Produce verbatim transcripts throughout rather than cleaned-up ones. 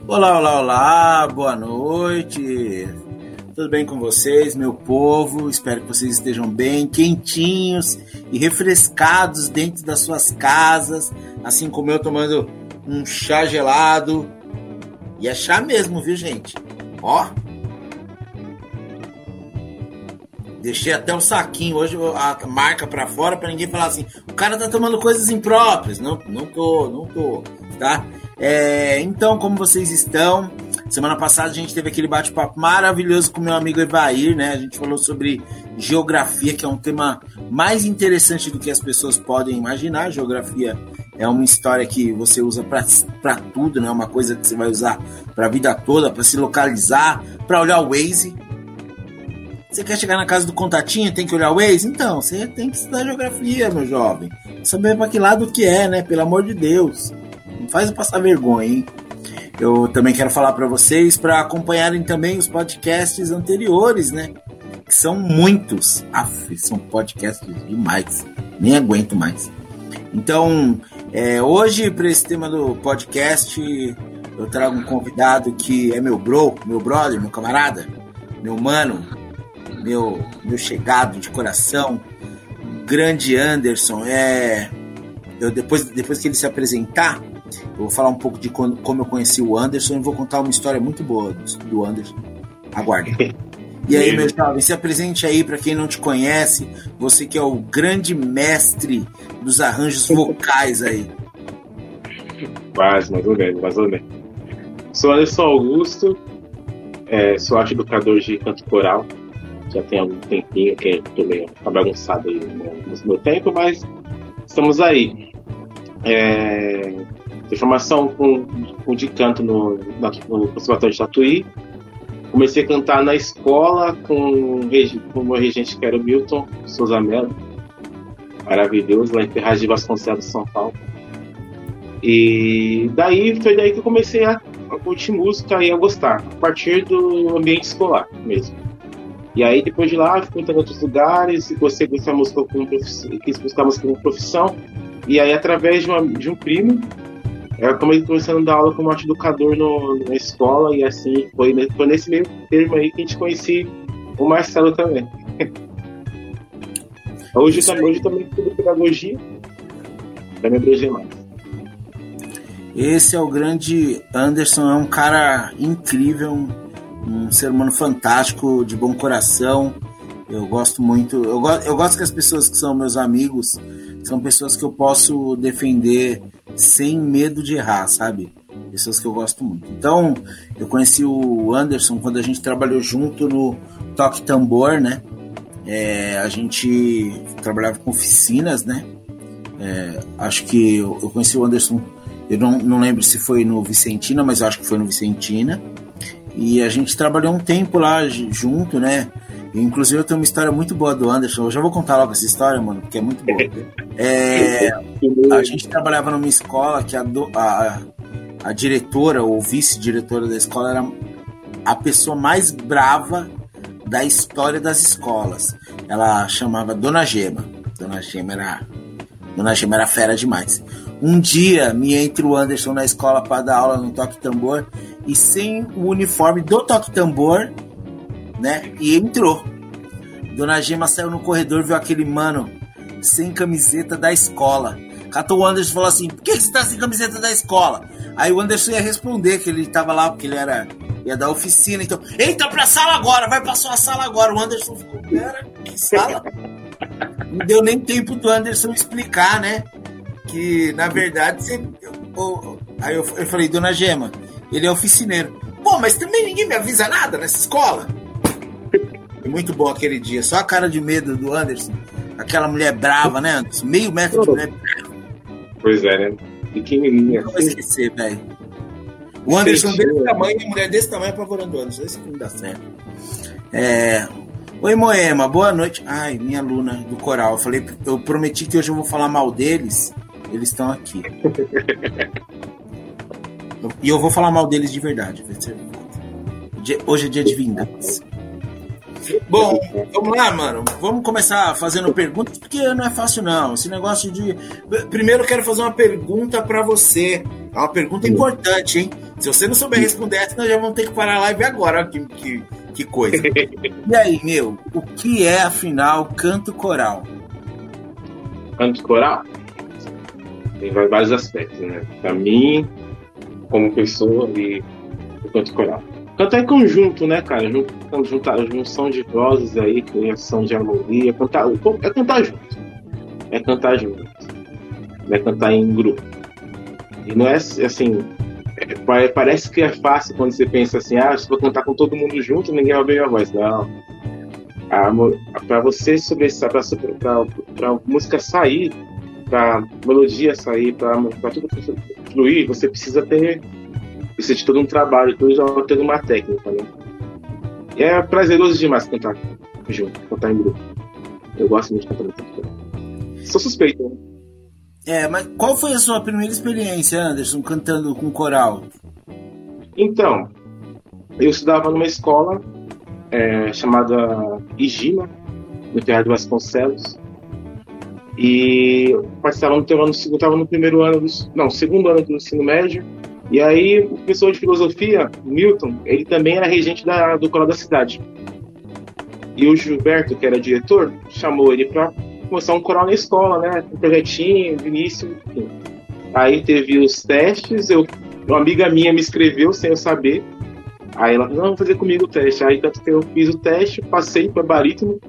Olá, olá, olá, boa noite. Tudo bem com vocês, meu povo? Espero que vocês estejam bem, quentinhos e refrescados dentro das suas casas, assim como eu tomando um chá gelado. E é chá mesmo, viu, gente? Ó. Deixei até o saquinho hoje, a marca pra fora, pra ninguém falar assim, o cara tá tomando coisas impróprias. Não, não tô, não tô, tá? É, então, como vocês estão? Semana passada a gente teve aquele bate-papo maravilhoso com meu amigo Evair, né? A gente falou sobre geografia, que é um tema mais interessante do que as pessoas podem imaginar. Geografia é uma história que você usa para tudo, né? Uma coisa que você vai usar para a vida toda, para se localizar, para olhar o Waze. Você quer chegar na casa do contatinho, tem que olhar o Waze? Então, você tem que estudar geografia, meu jovem. Saber para que lado que é, né? Pelo amor de Deus. Não faz eu passar vergonha, hein? Eu também quero falar para vocês para acompanharem também os podcasts anteriores, né? Que são muitos. Aff, são podcasts demais. Nem aguento mais. Então, é, hoje, para esse tema do podcast, eu trago um convidado que é meu bro, meu brother, meu camarada, meu mano, meu, meu chegado de coração, grande Anderson. É, eu, depois, depois que ele se apresentar, eu vou falar um pouco de quando, como eu conheci o Anderson e vou contar uma história muito boa do Anderson. Aguardem. E aí, meu jovem, se apresente aí para quem não te conhece, você que é o grande mestre dos arranjos vocais aí. Quase, mais ou menos, mais ou menos. Sou Anderson Augusto, é, sou arte educador de canto coral. Já tem algum tempinho que eu tô meio bagunçado aí no meu tempo, mas estamos aí. É... Tenho formação com, com de canto no, na, no Conservatório de Tatuí. Comecei a cantar na escola com, com o meu regente, que era o Milton Souza Mello. Maravilhoso, lá em Ferraz de Vasconcelos, São Paulo. E daí, foi daí que eu comecei a, a curtir música e a gostar, a partir do ambiente escolar mesmo. E aí, depois de lá, fui cantando em outros lugares, gostei de buscar música como profissão, quis buscar música como profissão. E aí, através de, uma, de um primo, eu comecei começando a dar aula como arte educador no, na escola, e assim, foi, foi nesse meio termo aí que a gente conhecia o Marcelo também. Hoje, também, hoje também estudo pedagogia, para me abranger mais. Esse é o grande Anderson, é um cara incrível, um, um ser humano fantástico, de bom coração. Eu gosto muito, eu, go, eu gosto que as pessoas que são meus amigos são pessoas que eu posso defender sem medo de errar, sabe? Pessoas que eu gosto muito. Então, eu conheci o Anderson quando a gente trabalhou junto no Toque Tambor, né? É, a gente trabalhava com oficinas, né? É, acho que eu, eu conheci o Anderson, eu não, não lembro se foi no Vicentina, mas eu acho que foi no Vicentina. E a gente trabalhou um tempo lá junto, né? E, inclusive eu tenho uma história muito boa do Anderson. Eu já vou contar logo essa história, mano, porque é muito boa. É, a gente trabalhava numa escola que a, do, a, a diretora ou vice-diretora da escola era a pessoa mais brava da história das escolas. Ela chamava Dona Gema. Dona Gema era, Dona Gema era fera demais. Um dia, me entra o Anderson na escola para dar aula no Toque Tambor e sem o uniforme do Toque Tambor, né? E entrou. Dona Gema saiu no corredor, viu aquele mano sem camiseta da escola. Catou o Anderson e falou assim: por que você tá sem camiseta da escola? Aí o Anderson ia responder que ele tava lá porque ele era, ia dar oficina. Então, entra pra sala agora, vai pra sua sala agora. O Anderson ficou, pera, que sala? Não deu nem tempo do Anderson explicar, né? Que na verdade você... eu, aí eu, eu falei: Dona Gema, ele é oficineiro. Pô, mas também ninguém me avisa nada nessa escola. Muito bom aquele dia, só a cara de medo do Anderson, aquela mulher brava, né, Anderson? Meio metro de mulher brava. Pois é, né? Pequenininha. Não vou esquecer, velho. O Anderson desse tamanho e a mulher desse tamanho apavorando o Anderson. Esse não dá certo. É... Oi, Moema, boa noite. Ai, minha aluna do coral. Eu falei, eu prometi que hoje eu vou falar mal deles. Eles estão aqui. E eu vou falar mal deles de verdade. Hoje é dia de vingança. Bom, vamos lá, mano. Vamos começar fazendo perguntas, porque não é fácil, não. Esse negócio de... Primeiro eu quero fazer uma pergunta pra você. É uma pergunta importante, hein? Se você não souber responder essa, nós já vamos ter que parar a live agora. Olha que, que, que coisa. E aí, meu, o que é, afinal, canto coral? Canto coral? Tem vários aspectos, né? Pra mim, como pessoa, e o canto coral. Cantar em conjunto, né, cara? Juntar, junção de vozes aí, criação de harmonia. Cantar, é cantar junto. É cantar junto. Não é cantar em grupo. E não é assim. É, parece que é fácil quando você pensa assim: ah, se vou cantar com todo mundo junto, ninguém vai ouvir a voz. Não. Para você sobressair, para a música sair, para a melodia sair, para tudo fluir, você precisa ter. Precisa de todo um trabalho, tudo já tendo uma técnica, né? E é prazeroso demais cantar junto, cantar em grupo. Eu gosto muito de cantar junto. Sou suspeito, né? É, mas qual foi a sua primeira experiência, Anderson, cantando com coral? Então, eu estudava numa escola é, chamada Igima, no Ferraz de Vasconcelos, e eu participava no teu ano, eu estava no primeiro ano, do, não, segundo ano do ensino médio. E aí, o professor de filosofia, Milton, ele também era regente da, do coral da cidade. E o Gilberto, que era diretor, chamou ele para começar um coral na escola, né? Um projetinho, de início, enfim. Aí teve os testes, eu, uma amiga minha me escreveu sem eu saber. Aí ela falou, não, vamos fazer comigo o teste. Aí tanto que eu fiz o teste, passei para barítono.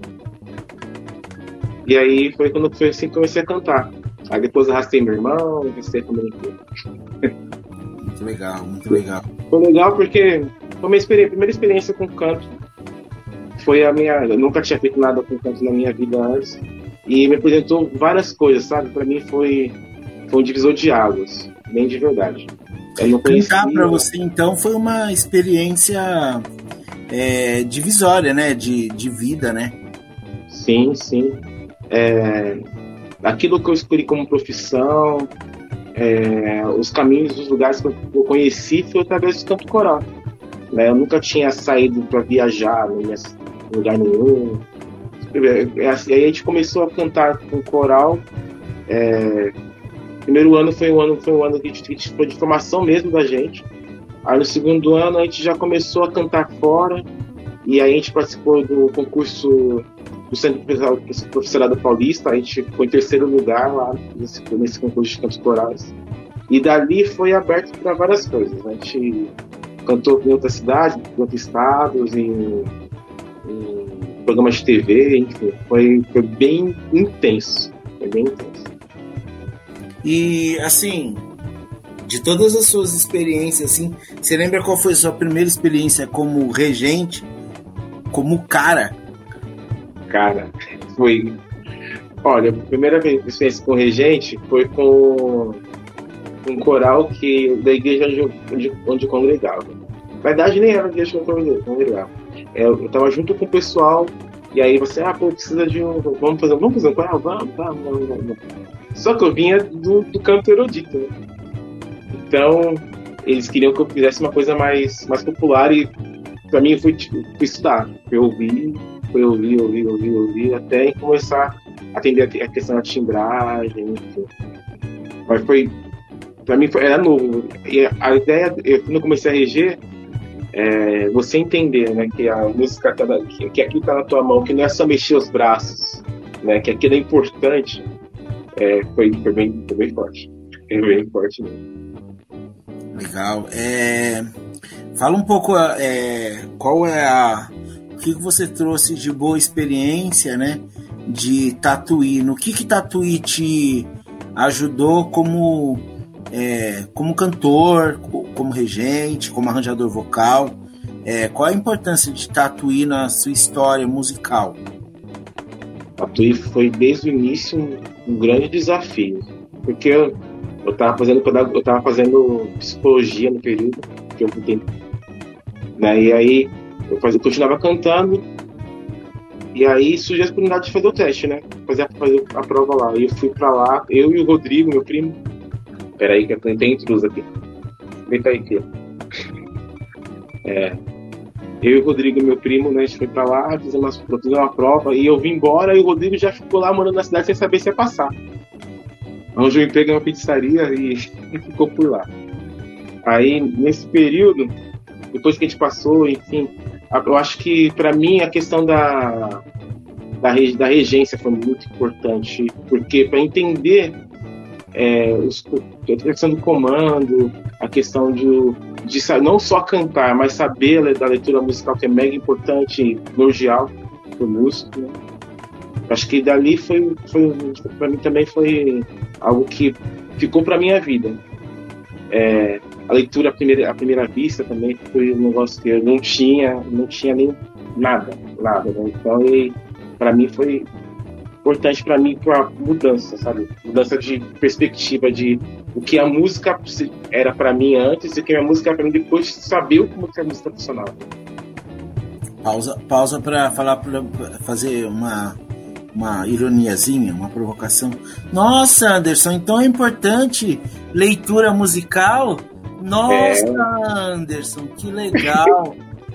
E aí foi quando foi assim que comecei a cantar. Aí depois arrastei meu irmão, comecei também. Muito legal, muito legal. Foi legal porque foi minha experiência, primeira experiência com canto. Foi a minha. Eu nunca tinha feito nada com canto na minha vida antes. E me apresentou várias coisas, sabe? Pra mim foi, foi um divisor de águas, bem de verdade. Eu não conhecia... Cantar pra você, então, foi uma experiência é, divisória, né? De, de vida, né? Sim, sim. É, aquilo que eu escolhi como profissão. É, os caminhos dos lugares que eu conheci foi através do canto coral, né? Eu nunca tinha saído para viajar em lugar nenhum. E aí a gente começou a cantar com coral. É, primeiro ano foi um ano foi um ano de, foi de formação mesmo da gente. Aí no segundo ano a gente já começou a cantar fora, e aí a gente participou do concurso do Centro Profissional Paulista. A gente ficou em terceiro lugar lá nesse, nesse concurso de cantos corais. E dali foi aberto para várias coisas. A gente cantou em outras cidades, em outros estados, em, em programas de T V, enfim. Foi, foi bem intenso. Foi bem intenso. E, assim, de todas as suas experiências, assim, você lembra qual foi a sua primeira experiência como regente, como cara? Cara, foi... Olha, a primeira vez que experiência com regente foi com um coral que, da igreja onde, onde, onde eu congregava. Na verdade, nem era a igreja onde eu congregava. Eu estava junto com o pessoal, e aí você, ah, pô, precisa de um... Vamos fazer, vamos fazer um coral? Vamos, vamos, vamos, vamos. Só que eu vinha do, do canto erudito, né? Então, eles queriam que eu fizesse uma coisa mais, mais popular, e pra mim eu fui, tipo, fui estudar. Eu ouvi... Foi ouvir, ouvir, ouvir, ouvir, até começar a atender a questão da timbragem, enfim. Mas foi, pra mim, foi, era novo. E a ideia, eu, quando eu comecei a reger, é você entender, né, que a música, tá na, que, que aquilo tá na tua mão, que não é só mexer os braços, né, que aquilo é importante, é, foi, foi, bem, foi bem forte. Foi bem forte mesmo. Legal. É, fala um pouco é, qual é a... O que você trouxe de boa experiência, né, de Tatuí? No que que Tatuí te ajudou como, é, como cantor, como regente, como arranjador vocal? É, qual a importância de Tatuí na sua história musical? Tatuí foi desde o início um, um grande desafio, porque eu eu estava fazendo eu tava fazendo psicologia no período que eu fiquei, né, e aí eu, fazia, eu continuava cantando, e aí surgiu a oportunidade de fazer o teste, né? Fazer, fazer a prova lá. E eu fui pra lá, eu e o Rodrigo, meu primo. Peraí, que tem intruso aqui. Vem aí, filho. É. Eu e o Rodrigo, meu primo, né, a gente foi pra lá, fizemos uma, fizemos uma prova, e eu vim embora, e o Rodrigo já ficou lá morando na cidade sem saber se ia passar. Arranjou um emprego em uma pizzaria e ficou por lá. Aí, nesse período, depois que a gente passou, enfim, eu acho que, pra mim, a questão da, da, da regência foi muito importante, porque para entender é, os, a questão do comando, a questão de, de não só cantar, mas saber da leitura musical, que é mega importante, primordial para o músico, né? Acho que dali foi, foi para mim também foi algo que ficou para minha vida. É, a leitura à primeira, à primeira vista também foi um negócio que eu não tinha, não tinha nem nada, nada, né? Então, para mim foi importante para mim para mudança, sabe? Mudança de perspectiva de o que a música era para mim antes e o que a música era para mim depois de saber como que a música funcionava. Pausa, pausa para falar, para fazer uma uma ironiazinha, uma provocação. Nossa, Anderson, então é importante leitura musical? Nossa, é. Anderson, que legal.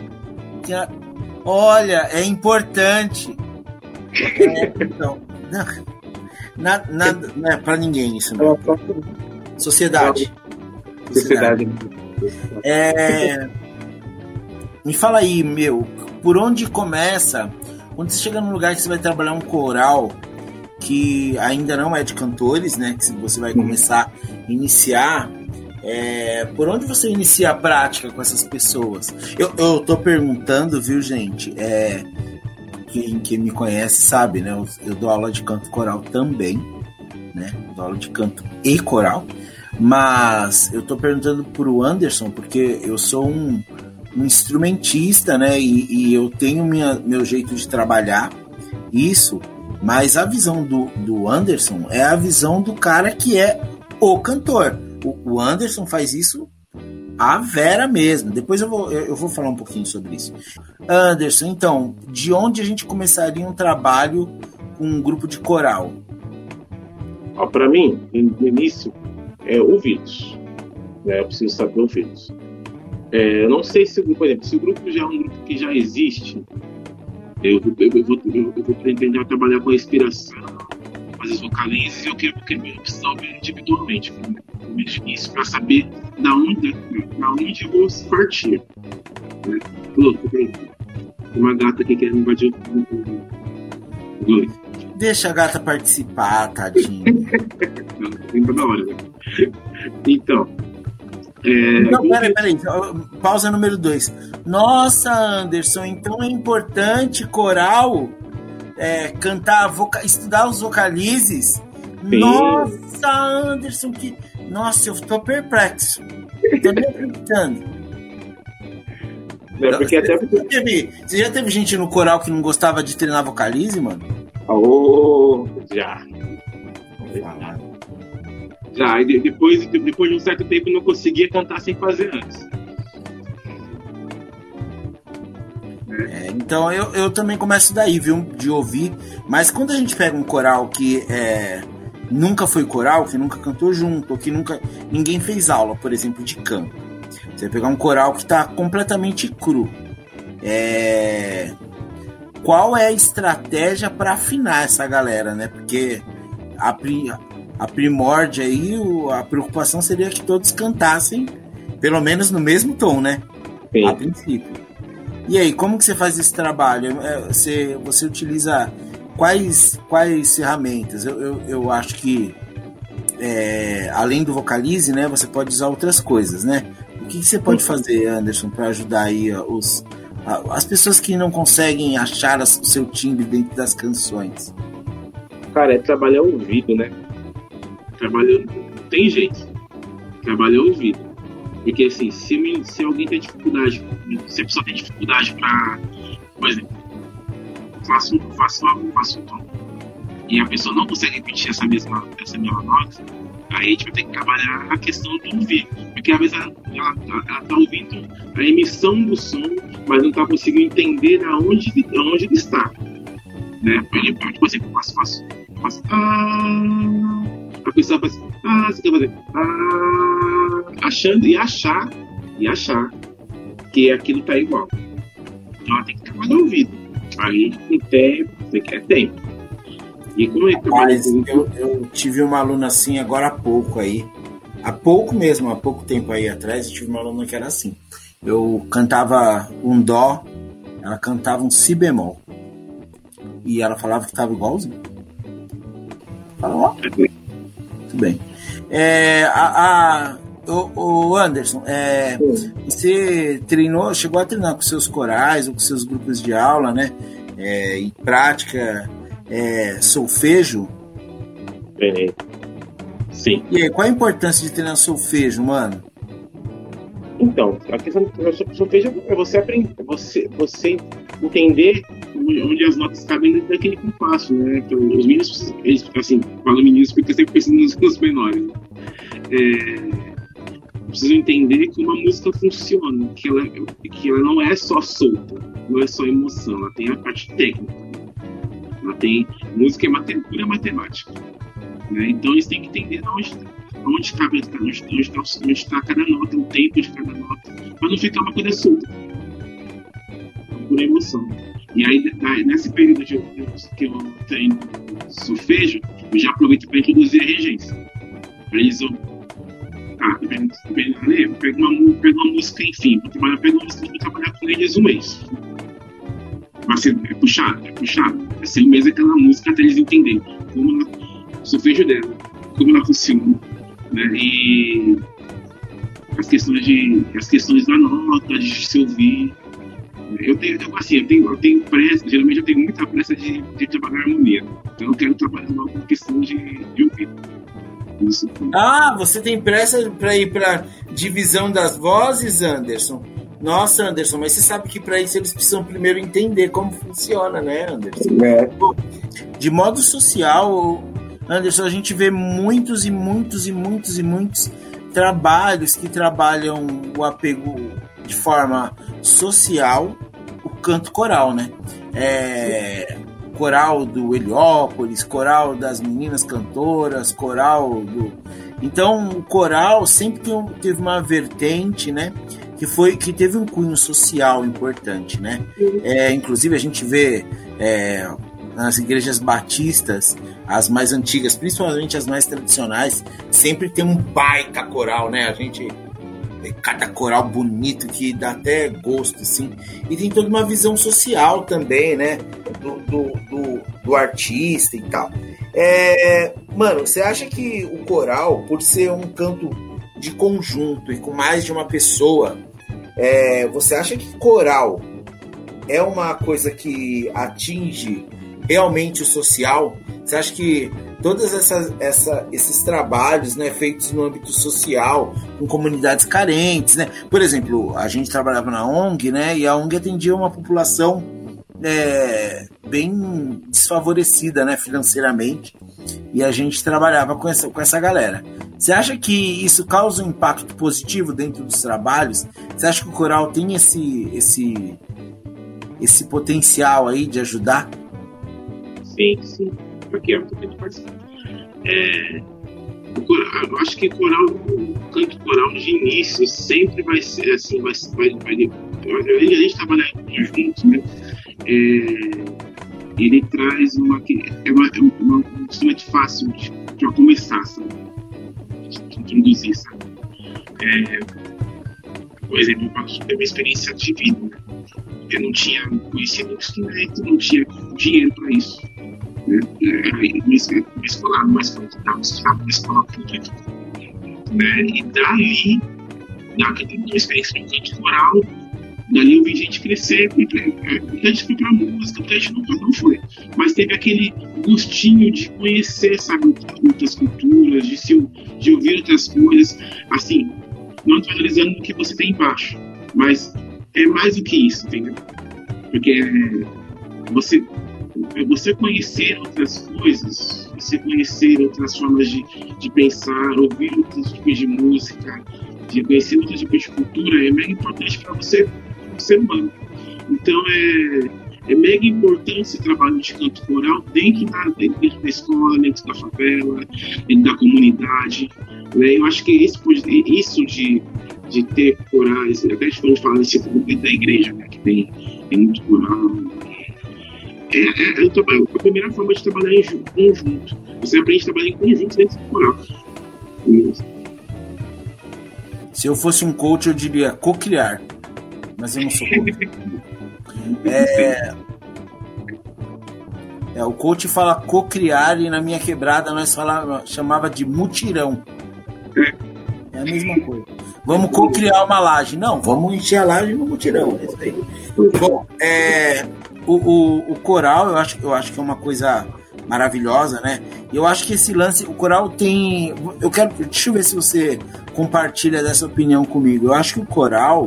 Olha, é importante. É, então, nada, nada, não é pra ninguém isso, não. Sociedade. Sociedade. É, me fala aí, meu, por onde começa? Quando você chega num lugar que você vai trabalhar um coral que ainda não é de cantores, né? Que você vai começar a iniciar, é, por onde você inicia a prática com essas pessoas? Eu, eu tô perguntando, viu, gente? É, quem, quem me conhece sabe, né? Eu, eu dou aula de canto coral também, né? Eu dou aula de canto e coral. Mas eu tô perguntando pro Anderson, porque eu sou um um instrumentista, né, e, e eu tenho minha, meu jeito de trabalhar isso, mas a visão do, do Anderson é a visão do cara que é o cantor. O, o Anderson faz isso à vera mesmo. Depois eu vou, eu, eu vou falar um pouquinho sobre isso. Anderson, então, de onde a gente começaria um trabalho com um grupo de coral? Ah, para mim, no início, é ouvidos. Né? Eu preciso saber ouvidos. É, eu não sei se, por exemplo, se o grupo já é um grupo que já existe, eu, eu, eu, vou, eu, eu vou pretender trabalhar com a inspiração, fazer as vocalizes, eu quero porque eu preciso ouvir individualmente, no início, para saber da onde, da onde eu vou partir. Né? Louco, tem uma gata aqui querendo invadir o Glória. Deixa a gata participar, tadinho. Não, tem toda hora, né? Então. É, não, peraí, peraí. Pausa número dois. Nossa, Anderson, então é importante coral é, cantar, voca... estudar os vocalizes? Sim. Nossa, Anderson, que. Nossa, eu tô perplexo. Tô nem acreditando. É porque até... você, já teve, você já teve gente no coral que não gostava de treinar vocalize, mano? Oh, já. Já, e depois, depois de um certo tempo eu não conseguia cantar sem fazer antes. É, então eu, eu também começo daí, viu? De ouvir. Mas quando a gente pega um coral que é, nunca foi coral, que nunca cantou junto, ou que nunca ninguém fez aula, por exemplo, de canto. Você vai pegar um coral que está completamente cru. É... Qual é a estratégia para afinar essa galera, né? Porque a A primórdia aí, a preocupação seria que todos cantassem, pelo menos no mesmo tom, né? Sim. A princípio. E aí, como que você faz esse trabalho? Você, você utiliza quais, quais ferramentas? Eu, eu, eu acho que, é, além do vocalize, né, você pode usar outras coisas, né? O que, que você pode fazer, Anderson, para ajudar aí os, as pessoas que não conseguem achar o seu timbre dentro das canções? Cara, é trabalhar o ouvido, né? Trabalho, não tem jeito. Trabalho ao ouvido. Porque assim, se, se alguém tem dificuldade, se a pessoa tem dificuldade para, por exemplo, faço, faço algo, faço um tom, e a pessoa não consegue repetir essa mesma, essa mesma nota, aí a gente vai ter que trabalhar a questão do ouvir. Porque às vezes ela, ela, ela tá ouvindo a emissão do som, mas não tá conseguindo entender aonde, aonde ele está. Né? Por exemplo, faço, faço, faço, ah, a pessoa faz, ah, você quer fazer, ah, achando e achar, e achar que aquilo tá igual. Então ela tem que trabalhar o ouvido. Aí tem tempo, você quer tempo. E como é que Mas eu, eu tive uma aluna assim agora há pouco aí. Há pouco mesmo, há pouco tempo aí atrás, eu tive uma aluna que era assim. Eu cantava um dó, ela cantava um si bemol. E ela falava que estava igualzinho. Falou, ó. Muito bem. É, a, a, o, o Anderson, é, você treinou, chegou a treinar com seus corais ou com seus grupos de aula, né? É, em prática, é, solfejo? Treinei. Sim. E aí, qual a importância de treinar solfejo, mano? Então, a questão do solfejo é você aprender, você, você entender onde as notas cabem dentro daquele compasso, né? Então, os meninos, eles, assim, falam meninos porque eu sempre pensando nos, nos menores. Né? É, precisam entender como a música funciona, que ela, que ela não é só solta, não é só emoção, ela tem a parte técnica. Ela tem música é pura matemática. Né? Então eles têm que entender onde, onde cabe, onde está onde tá, onde está cada nota, o tempo de cada nota, para não ficar uma coisa solta, por emoção. E aí, nesse período de, que eu treino solfejo, eu já aproveito para introduzir a regência. Para eles, eu, tá, eu pego uma, pego uma música, enfim, vou trabalhar, pego uma música e vou trabalhar com eles um mês. Vai ser é puxado, é puxado. Vai ser um mês aquela música até eles entenderem como ela, o solfejo dela, como ela funciona, né? E as questões, de, as questões da nota, de se ouvir. Eu tenho, eu, assim, eu tenho, eu tenho pressa, geralmente eu tenho muita pressa de, de trabalhar harmonia. Então eu quero trabalhar logo com questão de, de ouvido. Isso. Ah, você tem pressa para ir para divisão das vozes, Anderson? Nossa, Anderson, mas você sabe que para isso eles precisam primeiro entender como funciona, né, Anderson? É. De modo social, Anderson, a gente vê muitos e muitos e muitos e muitos trabalhos que trabalham o apego de forma social, o canto coral, né? É, coral do Heliópolis, coral das meninas cantoras, coral do... Então, o coral sempre teve uma vertente, né? Que, foi, que teve um cunho social importante, né? É, inclusive, a gente vê é, nas igrejas batistas, as mais antigas, principalmente as mais tradicionais, sempre tem um baita coral, né? A gente... cada coral bonito que dá até gosto, assim. E tem toda uma visão social também, né? Do, do, do, do artista e tal. É, mano, você acha que o coral, por ser um canto de conjunto e com mais de uma pessoa, é, você acha que coral é uma coisa que atinge realmente o social? Você acha que todos essas, essa, esses trabalhos, né, feitos no âmbito social, com comunidades carentes, né? Por exemplo, a gente trabalhava na O N G, né, e a O N G atendia uma população é, bem desfavorecida, né, financeiramente, e a gente trabalhava com essa, com essa galera. Você acha que isso causa um impacto positivo dentro dos trabalhos? Você acha que o coral tem esse, esse, esse potencial aí de ajudar? Sim, sim. Porque é muito bem participar. É, eu acho que coral, o canto coral de início sempre vai ser assim, vai, vai, vai a gente trabalhar juntos, né? É, ele traz uma é uma, é uma, um instrumento fácil de, de começar, sabe? De introduzir, sabe? É, por exemplo, eu tive uma experiência de vida, né? Eu não tinha conhecido o instrumento, não tinha dinheiro para isso. Né? Me escolar, mas estava na escola pública, né? E dali, na experiência do canto coral, dali eu vi gente crescer, muita gente foi pra música, muita gente nunca não foi, mas teve aquele gostinho de conhecer, sabe, outras culturas, de, se, de ouvir outras coisas, assim, não valorizando o que você tem embaixo, mas é mais do que isso, entendeu? Porque você você conhecer outras coisas, você conhecer outras formas de, de pensar, ouvir outros tipos de música, de conhecer outros tipos de cultura, é mega importante para você, como ser humano. Então, é, é mega importante esse trabalho de canto coral dentro da, dentro da escola, dentro da favela, dentro da comunidade. Né? Eu acho que esse, isso de, de ter corais, até a gente fala nesse grupo da igreja, né, que tem, tem muito coral. É, é, é, trabalho, a primeira forma de trabalhar em conjunto. Você aprende a trabalhar em conjunto dentro do coral. Se eu fosse um coach, eu diria co-criar. Mas eu não sou coach. É, é, o coach fala co-criar e na minha quebrada nós falava, chamava de mutirão. É a mesma coisa. Vamos co-criar uma laje. Não, vamos encher a laje no mutirão. É isso aí. Bom, é, o, o, o coral eu acho, eu acho que é uma coisa maravilhosa, né? Eu acho que esse lance, o coral tem... Eu quero... Deixa eu ver se você compartilha dessa opinião comigo. Eu acho que o coral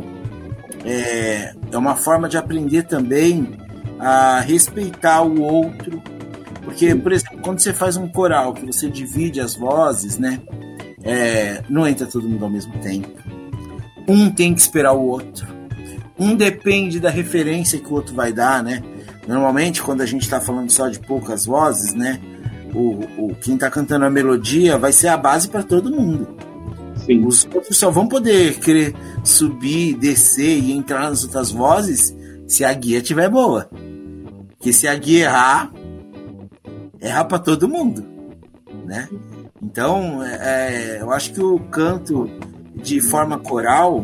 é, é uma forma de aprender também a respeitar o outro. Porque, por exemplo, quando você faz um coral que você divide as vozes, né? É, não entra todo mundo ao mesmo tempo. Um tem que esperar o outro. Um depende da referência que o outro vai dar, né? Normalmente, quando a gente está falando só de poucas vozes, né? O, o, quem está cantando a melodia vai ser a base para todo mundo. Sim. Os outros só vão poder querer subir, descer e entrar nas outras vozes se a guia estiver boa. Porque se a guia errar, erra para todo mundo, né? Então, é, eu acho que o canto de forma coral,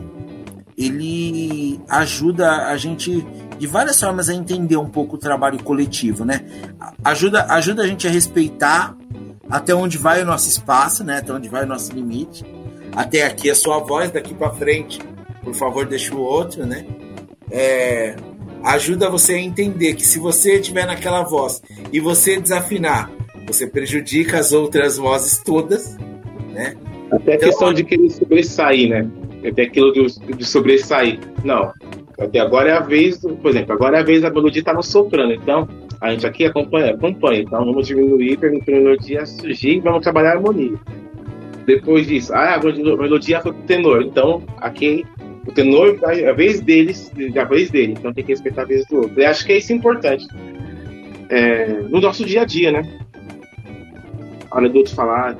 ele ajuda a gente de várias formas a entender um pouco o trabalho coletivo, né? Ajuda, ajuda a gente a respeitar até onde vai o nosso espaço, né? Até onde vai o nosso limite. Até aqui a sua voz, daqui para frente, por favor, deixa o outro, né? É, ajuda você a entender que se você estiver naquela voz e você desafinar, você prejudica as outras vozes todas, né? Até a então, questão de querer sobressair, né? Até aquilo de, de sobressair. Não. Até agora é a vez, do, por exemplo, agora é a vez da melodia estar no soprano. Então, a gente aqui acompanha, acompanha. Então, vamos diminuir, permitir a melodia surgir e vamos trabalhar a harmonia. Depois disso, ah, a melodia foi pro tenor. Então, aqui, o tenor, a vez deles, a vez dele. Então, tem que respeitar a vez do outro. Eu acho que é isso importante. É, no nosso dia a dia, né? A hora do outro falar.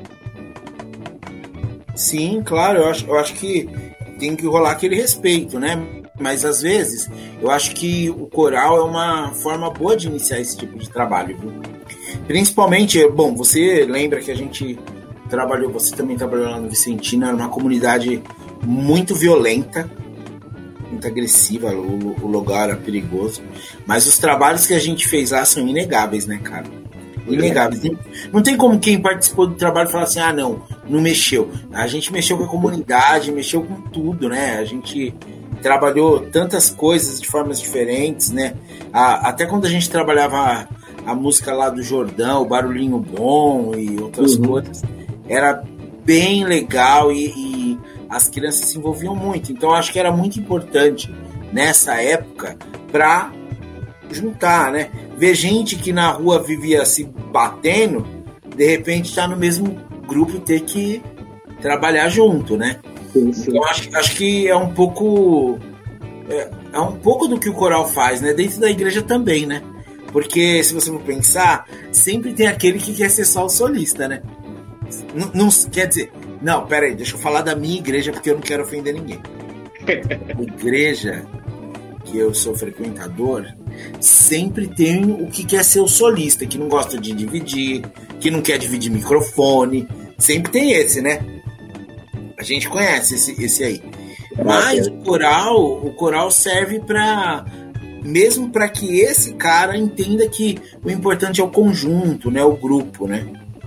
Sim, claro. Eu acho, eu acho que tem que rolar aquele respeito, né? Mas às vezes eu acho que o coral é uma forma boa de iniciar esse tipo de trabalho, viu? Principalmente, bom, você lembra que a gente trabalhou, você também trabalhou lá no Vicentino, era uma comunidade muito violenta, muito agressiva, o, o lugar era perigoso, mas os trabalhos que a gente fez lá são inegáveis, né, cara? Inegáveis. Não tem como quem participou do trabalho falar assim, ah, não, não mexeu. A gente mexeu com a comunidade, mexeu com tudo, né? A gente trabalhou tantas coisas de formas diferentes, né? A, até quando a gente trabalhava a, a música lá do Jordão, o Barulhinho Bom e outras uhum. coisas, era bem legal e, e as crianças se envolviam muito. Então, eu acho que era muito importante nessa época para juntar, né? Ver gente que na rua vivia se batendo, de repente está no mesmo grupo e ter que trabalhar junto, né? Sim, sim. Então acho, acho que é um pouco é, é um pouco do que o coral faz, né? Dentro da igreja também, né? Porque se você for pensar, sempre tem aquele que quer ser só o solista, né? Não, não quer dizer, não, pera aí, deixa eu falar da minha igreja porque eu não quero ofender ninguém. A igreja que eu sou frequentador sempre tem o que quer ser o solista, que não gosta de dividir, que não quer dividir microfone, sempre tem esse, né? A gente conhece esse, esse aí. Mas o coral, o coral serve para mesmo para que esse cara entenda que o importante é o conjunto, né? O grupo, né?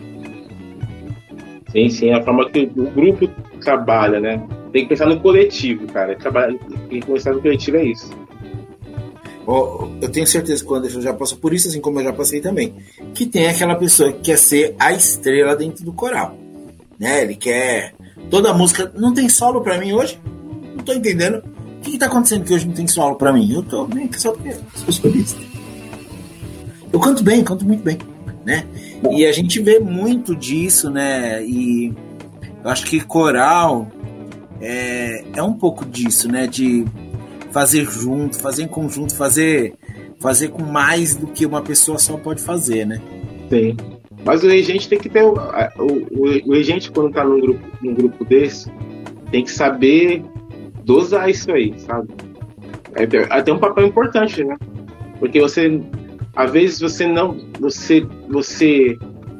Sim, sim, a forma que o grupo trabalha, né? Tem que pensar no coletivo, cara. Trabalhar, tem que pensar no coletivo, é isso. Eu tenho certeza que o Anderson já passou por isso, assim como eu já passei também. Que tem aquela pessoa que quer ser a estrela dentro do coral, né? Ele quer toda a música. Não tem solo pra mim hoje? Não tô entendendo. O que, que tá acontecendo que hoje não tem solo pra mim? Eu tô bem, só porque eu sou solista. Eu canto bem, canto muito bem, né? E a gente vê muito disso, né? E eu acho que coral é, é um pouco disso, né? De fazer junto, fazer em conjunto, fazer, fazer com mais do que uma pessoa só pode fazer, né? Sim. Mas o regente tem que ter... O, o, o regente, quando tá num grupo, num grupo desse, tem que saber dosar isso aí, sabe? É até um papel importante, né? Porque você, às vezes você não, você, você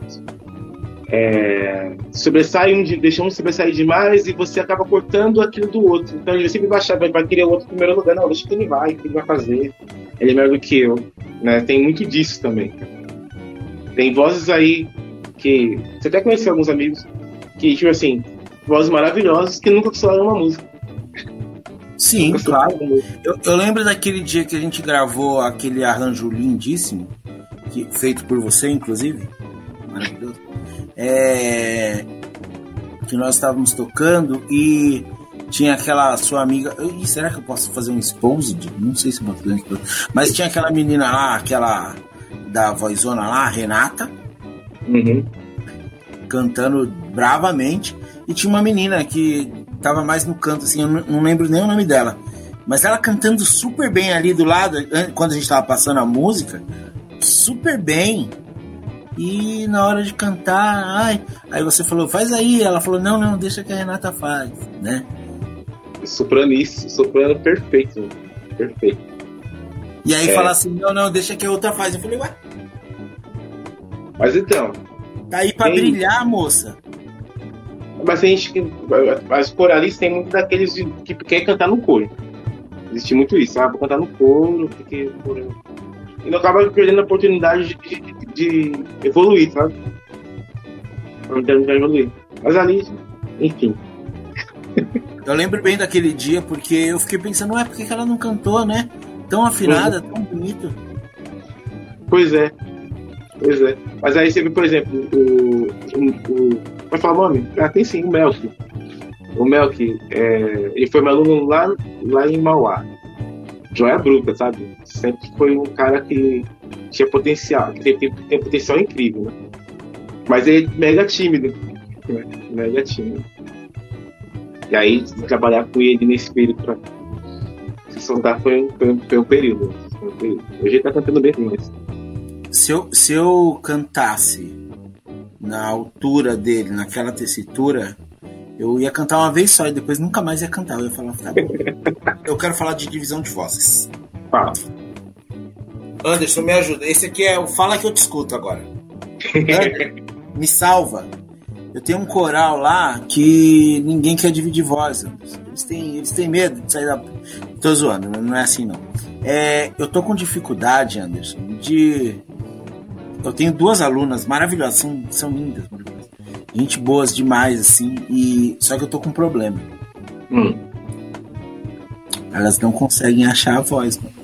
é, sobressai um, deixa um sobressair demais e você acaba cortando aquilo do outro. Então ele sempre vai achar, vai, vai querer o outro em primeiro lugar. Não, deixa que ele vai, que ele vai fazer. Ele é melhor do que eu, né? Tem muito disso também. Tem vozes aí que você até conheceu alguns amigos que, tipo assim, vozes maravilhosas que nunca consideram uma música. Sim, claro. Eu, eu lembro daquele dia que a gente gravou aquele arranjo lindíssimo, que, feito por você, inclusive. Maravilhoso. É, que nós estávamos tocando e tinha aquela sua amiga. Ih, será que eu posso fazer um exposed? Não sei se eu posso fazer um exposed. Mas tinha aquela menina lá, aquela da vozona lá, a Renata, uhum. cantando bravamente. E tinha uma menina que tava mais no canto, assim, eu não lembro nem o nome dela, mas ela cantando super bem ali do lado, quando a gente tava passando a música, super bem, e na hora de cantar, ai, aí você falou, faz aí, ela falou, não, não, deixa que a Renata faz, né? Sopranice, soprano perfeito, perfeito. E aí é. Fala assim, não, não, deixa que a outra faz, eu falei, ué? Mas então... Tá aí pra tem... brilhar, moça. Mas a gente, as coralistas tem muito daqueles que quer cantar no coro. Existe muito isso, ah, vou cantar no coro, porque e não acaba perdendo a oportunidade de, de, de evoluir, sabe? Não de evoluir. Mas ali, enfim. Eu lembro bem daquele dia porque eu fiquei pensando, ué, por que ela não cantou, né? Tão afinada, tão bonito. Pois é. Pois é. Mas aí você vê, por exemplo, o. o, o Vai falar o nome? Ah, tem sim, o Melk. O Melk, é, ele foi meu aluno lá, lá em Mauá. Joia bruta, sabe? Sempre foi um cara que tinha potencial, que tem, tem, tem potencial incrível, né? Mas ele é mega tímido. Né? Mega tímido. E aí, trabalhar com ele nesse período pra se soltar foi um, foi um, foi um período. Foi um período. Hoje ele tá cantando bem, mas... Se eu, se eu cantasse na altura dele, naquela tessitura, eu ia cantar uma vez só e depois nunca mais ia cantar. Eu ia falar, tá bom. Eu quero falar de divisão de vozes. Fala. Anderson, me ajuda. Esse aqui é o Fala Que Eu Te Escuto agora. Me salva. Eu tenho um coral lá que ninguém quer dividir voz. Eles têm, eles têm medo de sair da... Tô zoando, não é assim não. É, eu tô com dificuldade, Anderson, de... Eu tenho duas alunas maravilhosas, são, são lindas, maravilhosas. Gente boas demais, assim, e só que eu tô com um problema. Hum. Elas não conseguem achar a voz, mano.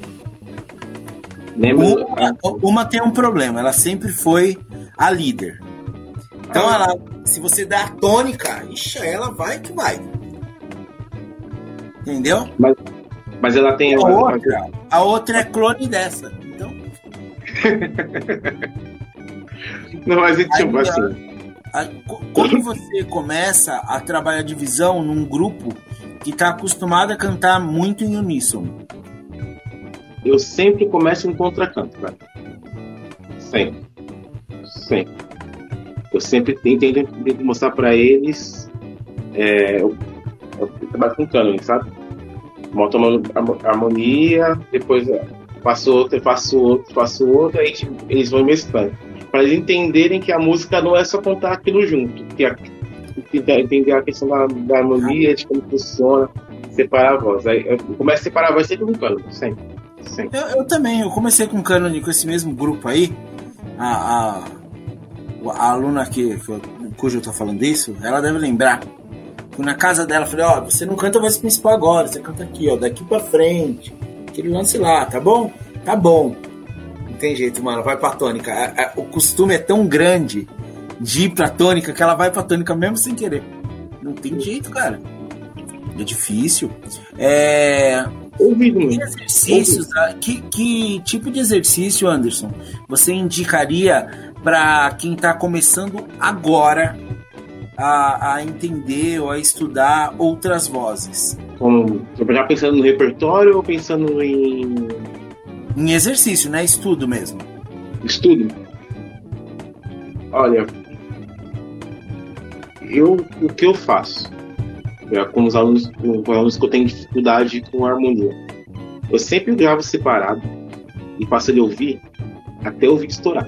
Uma, uma tem um problema, ela sempre foi a líder. Então, ah. ela, se você der a tônica, ixi, ela vai que vai. Entendeu? Mas, mas ela tem... A outra, a outra é clone dessa. Então... Não, mas tipo aí, assim. A, a, quando você começa a trabalhar a divisão num grupo que está acostumado a cantar muito em uníssono? Eu sempre começo em contracanto, cara. Sempre. Sempre. Eu sempre tento, tento mostrar para eles. É, eu, eu trabalho com cânone, sabe? Monto a harmonia, depois faço outra, faço outra, faço outra, aí tipo, eles vão mesclando. Para eles entenderem que a música não é só contar aquilo junto, que a, entender a questão da, da harmonia, de como funciona, separar a voz. Aí eu começo a separar a voz sempre com cânone, sempre. sempre. Eu, eu também, eu comecei com cânone com esse mesmo grupo aí, a, a, a aluna que, que eu, cujo eu tô falando isso, ela deve lembrar. Fui na casa dela, falei, ó, você não canta a voz principal agora, você canta aqui, ó, daqui pra frente, aquele lance lá, tá bom? Tá bom. Não tem jeito, mano, vai pra tônica. A, a, o costume é tão grande de ir pra tônica que ela vai pra tônica mesmo sem querer. Não tem jeito, cara. É difícil. É... Ouvido, que exercícios, que, que tipo de exercício, Anderson, você indicaria pra quem tá começando agora A, a entender ou a estudar outras vozes? Como, já pensando no repertório ou pensando em... Em exercício, né? Estudo mesmo. Estudo? Olha, eu, o que eu faço? é, com os alunos, com os alunos que eu tenho dificuldade com harmonia. Eu sempre gravo separado e faço ele ouvir até o ouvido estourar.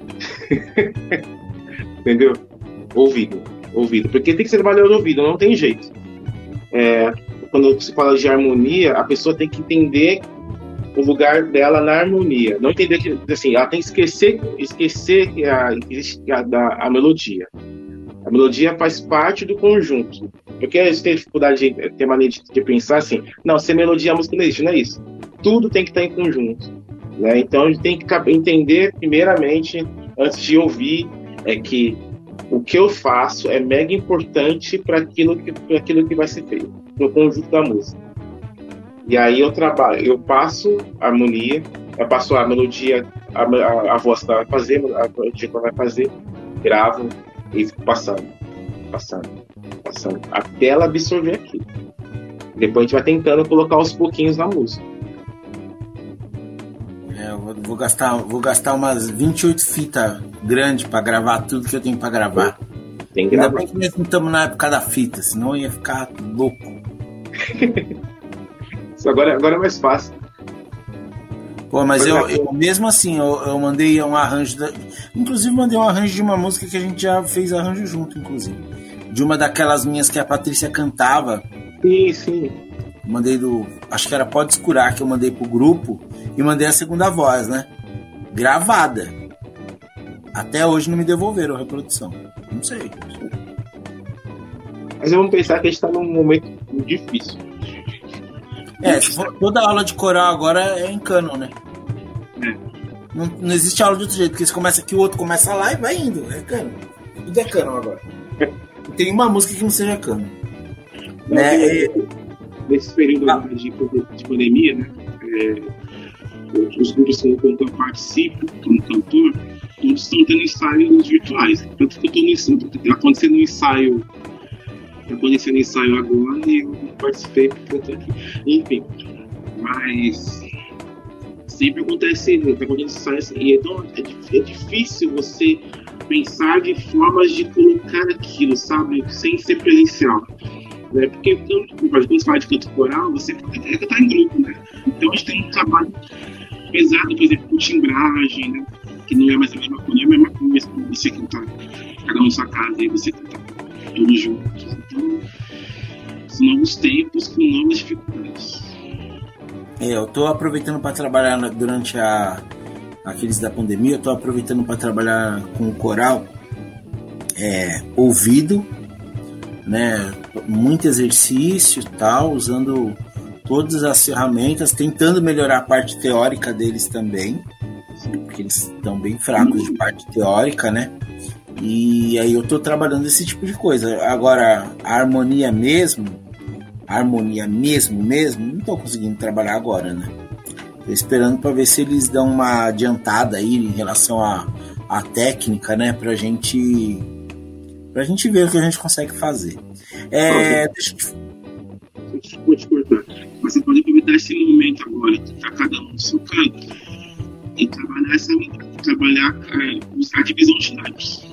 Entendeu? Ouvido, ouvido. Porque tem que ser trabalhador do ouvido, não tem jeito. É, quando se fala de harmonia, a pessoa tem que entender o lugar dela na harmonia. Não entender que, assim, ela tem que esquecer, esquecer que a, a, a melodia. A melodia faz parte do conjunto. Porque a gente tem dificuldade de ter maneira de, de pensar assim, não, se a melodia a música não existe, não é isso. Tudo tem que estar em conjunto. Né? Então a gente tem que entender, primeiramente, antes de ouvir, é que o que eu faço é mega importante para aquilo que, para aquilo que vai ser feito, no conjunto da música. E aí eu trabalho, eu passo a harmonia, eu passo a melodia, a, a, a voz que ela vai fazer, a melodia que ela vai fazer, gravo e fico passando, passando, passando, até ela absorver aquilo. Depois a gente vai tentando colocar aos pouquinhos na música. É, eu vou, vou, gastar, vou gastar umas vinte e oito fitas grandes para gravar tudo que eu tenho para gravar. Tem que Ainda gravar. bem que nós não estamos na época da fita, senão eu ia ficar louco. Isso agora, agora é mais fácil. Pô, mas eu, eu mesmo assim, eu, eu mandei um arranjo. Da, inclusive, mandei um arranjo de uma música que a gente já fez arranjo junto, inclusive. De uma daquelas minhas que a Patrícia cantava. Sim, sim. Mandei do. Acho que era Pode Escurar, que eu mandei pro grupo. E mandei a segunda voz, né? Gravada. Até hoje não me devolveram a reprodução. Não sei. Mas vamos pensar que a gente tá num momento difícil. É, se for, toda aula de coral agora é em canon, né? É. Não, não existe aula de outro jeito, porque você começa aqui, o outro começa lá e vai indo. É canon. Tudo é canon agora. Tem uma música que não seja canon. Não, né? é, nesse período ah. de, de pandemia, né? É, os grupos que eu participo como cantor, todos estão tendo ensaios virtuais. Tanto que eu estou tá acontecendo um ensaio. Está acontecendo um ensaio agora e eu participei porque eu estou aqui. Enfim, mas sempre acontece, está acontecendo ensaio e então é, é difícil você pensar de formas de colocar aquilo, sabe, sem ser presencial. Né? Porque quando você fala de canto coral, você é cantar em grupo, né? Então a gente tem um trabalho pesado, por exemplo, com timbragem, né? Que não é mais a mesma coisa, é a mesma coisa você cantar cada um na sua casa e você cantar todos juntos. Então, são novos tempos com novas dificuldades. É, eu tô aproveitando para trabalhar durante a, a crise da pandemia, eu tô aproveitando para trabalhar com o coral, é, ouvido, né? Muito exercício e tal, usando todas as ferramentas, tentando melhorar a parte teórica deles também, porque eles estão bem fracos de parte teórica, né? E aí eu tô trabalhando esse tipo de coisa. Agora, a harmonia mesmo, a harmonia mesmo, mesmo, não tô conseguindo trabalhar agora, né? Tô esperando para ver se eles dão uma adiantada aí em relação à a, a técnica, né? Pra gente, pra gente ver o que a gente consegue fazer. É, deixa eu te... Desculpa te cortar. Você pode aproveitar esse momento agora que tá cada um no seu canto e trabalhar essa, trabalhar, é, usar a divisão de lados.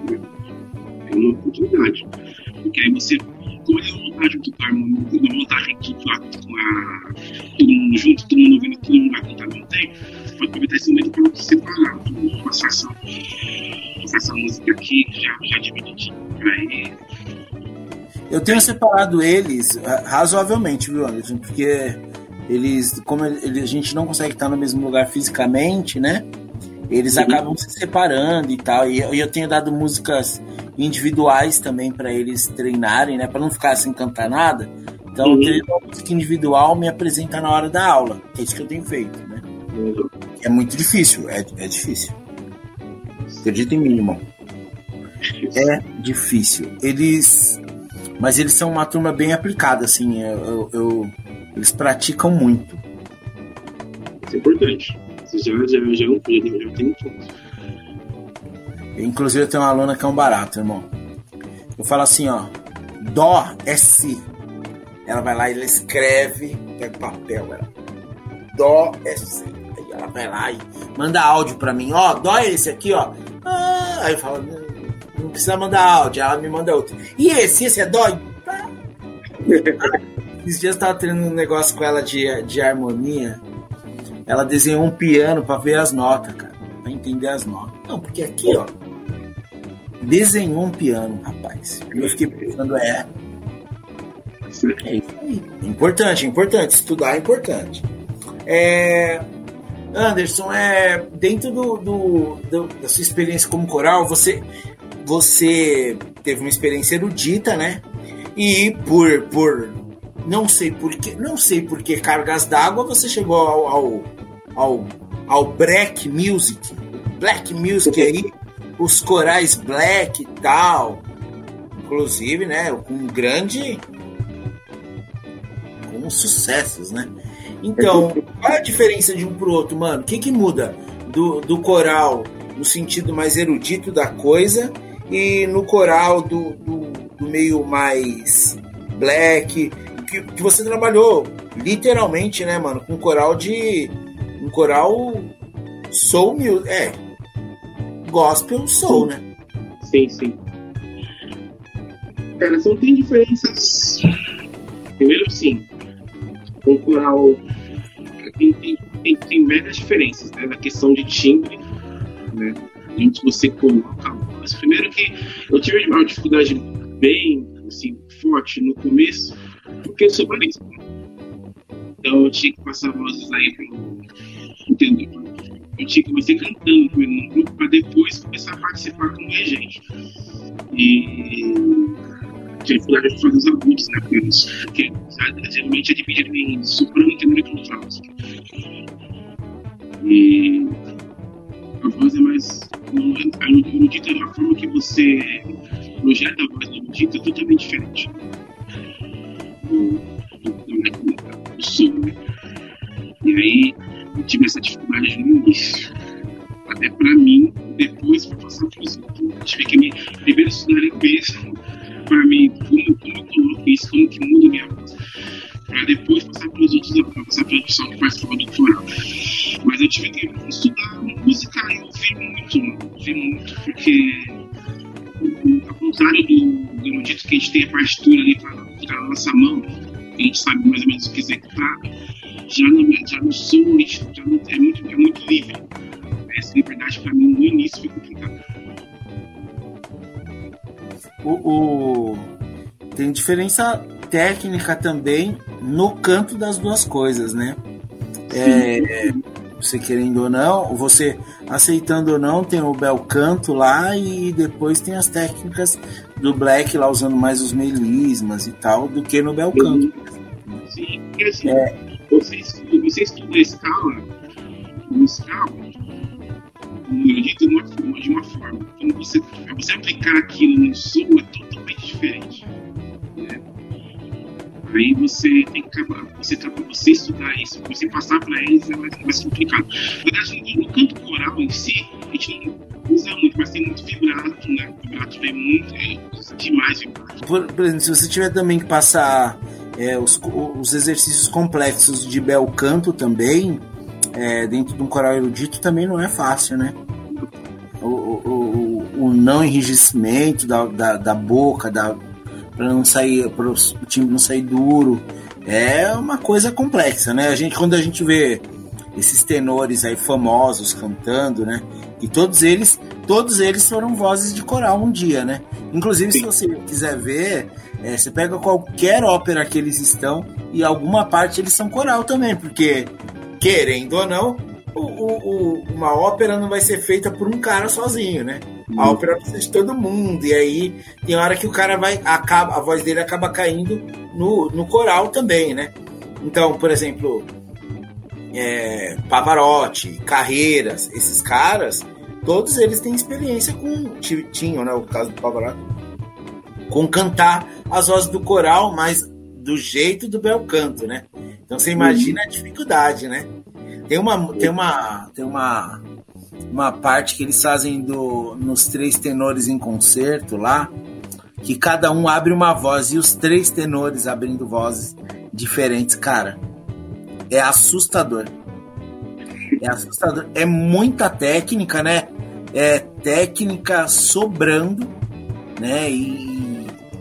É uma oportunidade. Porque aí você, como ele não está junto com a harmonia, não está junto com, a, com a, todo mundo junto, todo mundo ouvindo, todo mundo vai cantar ao mesmo tempo, você pode aproveitar esse momento para você separar, passar essa, passar essa música aqui já, já divididinha. Aí. Eu tenho separado eles razoavelmente, viu, Anderson? Porque eles, como ele, a gente não consegue estar no mesmo lugar fisicamente, né? Eles uhum. acabam se separando e tal. E eu, eu tenho dado músicas individuais também para eles treinarem, né? Para não ficar sem cantar nada. Então, uhum. ter uma música individual me apresenta na hora da aula. É isso que eu tenho feito, né? Uhum. É muito difícil, é, é difícil. Acredita em mim, irmão. É difícil. Eles... Mas eles são uma turma bem aplicada, assim. Eu, eu, eu, eles praticam muito. Isso é importante. Você já, já, já, já, já tem um ponto. Inclusive, eu tenho uma aluna que é um barato, irmão. Eu falo assim, ó. Dó é si. Ela vai lá e ela escreve. Pega o papel, ela. Dó é si. Aí ela vai lá e manda áudio pra mim. Ó, dó é esse aqui, ó. Ah, aí eu falo... Não precisa mandar áudio, ela me manda outro. E esse? Esse é dó? Esses dias eu tava tendo um negócio com ela de, de harmonia. Ela desenhou um piano pra ver as notas, cara. Pra entender as notas. Não, porque aqui, ó. Desenhou um piano, rapaz. E eu fiquei pensando, é. É isso aí. É importante, é importante. Estudar é importante. É. Anderson, é, dentro do, do, do, da sua experiência como coral, você, você teve uma experiência erudita, né? E por, por não sei por que, não sei por que cargas d'água, você chegou ao, ao, ao, ao black music, black music aí, os corais black e tal, inclusive, né? Com grande, com sucessos, né? Então, qual é a diferença de um pro outro, mano? O que que muda do, do coral no sentido mais erudito da coisa e no coral do, do, do meio mais black, que, que você trabalhou literalmente, né, mano? Com um coral de... um coral soul music, é, gospel soul, né? Sim, sim. Cara, não tem diferenças. Primeiro, sim, com o coral tem, tem, tem, tem megas diferenças, né, na questão de timbre, né, onde você coloca a voz. Primeiro que eu tive uma dificuldade bem assim, forte no começo, porque eu sou barítono. Então eu tinha que passar vozes aí para entender. Eu tinha que comecei cantando num grupo para depois começar a participar como regente. E tinha dificuldade de fazer os agudos, né? Porque geralmente é dividido em soprano, tenor e contralto. E a voz é mais. A erudita é uma forma que você projeta a voz do erudito é totalmente diferente do, do, do, do som, né? E aí eu tive essa dificuldade no início. Até pra mim, depois para passar para os outros. Eu tive que me primeiro estudar eu mesmo para mim, como, como eu coloco isso, como que muda a minha voz, para depois passar para os outros, para passar para a pessoa que faz prova do coral. Mas eu tive que estudar música e ouvir muito, ouvir muito, porque ao contrário do erudito que a gente tem a partitura ali para na nossa mão, a gente sabe mais ou menos o que executar, já no, já no som a gente já não, é, muito, é muito livre. Essa liberdade para mim no início foi complicada. O, o... Tem diferença técnica também no canto das duas coisas, né? É, você querendo ou não, você aceitando ou não, tem o bel canto lá e depois tem as técnicas do black lá usando mais os melismas e tal do que no bel canto. Sim, porque assim, é. você, estuda, você estuda a escala musical de uma, de uma forma. Quando você, para você aplicar aquilo no som é totalmente diferente. Né? Aí você tem que acabar, você, para você estudar isso, para você passar para eles é mais, mais complicado. Na verdade, no canto coral em si, a gente não usa muito, mas tem muito vibrato, né? O vibrato vem muito, é demais vibrato. Por, por exemplo, se você tiver também que passar é, os, os exercícios complexos de bel canto também, É, dentro de um coral erudito também não é fácil, né? O, o, o, o não enrijecimento da, da, da boca, da, para não sair, para o timbre não sair duro, é uma coisa complexa, né? A gente, quando a gente vê esses tenores aí famosos cantando, né? E todos eles, todos eles foram vozes de coral um dia, né? Inclusive, se você quiser ver, é, você pega qualquer ópera que eles estão e alguma parte eles são coral também, porque querendo ou não, o, o, uma ópera não vai ser feita por um cara sozinho, né? A ópera precisa de todo mundo, e aí tem hora que o cara vai, acaba, a voz dele acaba caindo no, no coral também, né? Então, por exemplo, é, Pavarotti, Carreiras, esses caras, todos eles têm experiência com, tinham, né, o caso do Pavarotti, com cantar as vozes do coral, mas do jeito do bel canto, né? Então você imagina a dificuldade, né? Tem uma, tem uma, tem uma, uma parte que eles fazem do, nos três tenores em concerto lá, que cada um abre uma voz e os três tenores abrindo vozes diferentes, cara. É assustador. É assustador. É muita técnica, né? É técnica sobrando, né? E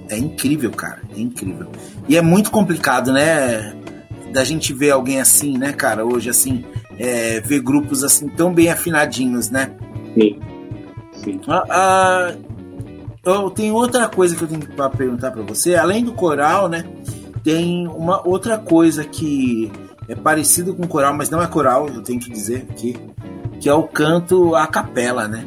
É incrível, cara, é incrível. E é muito complicado, né, da gente ver alguém assim, né, cara, hoje, assim, é, ver grupos assim tão bem afinadinhos, né? Sim, sim. Ah, ah, eu tenho outra coisa que eu tenho para perguntar para você, além do coral, né, tem uma outra coisa que é parecido com coral, mas não é coral, eu tenho que dizer aqui, que é o canto a capela, né?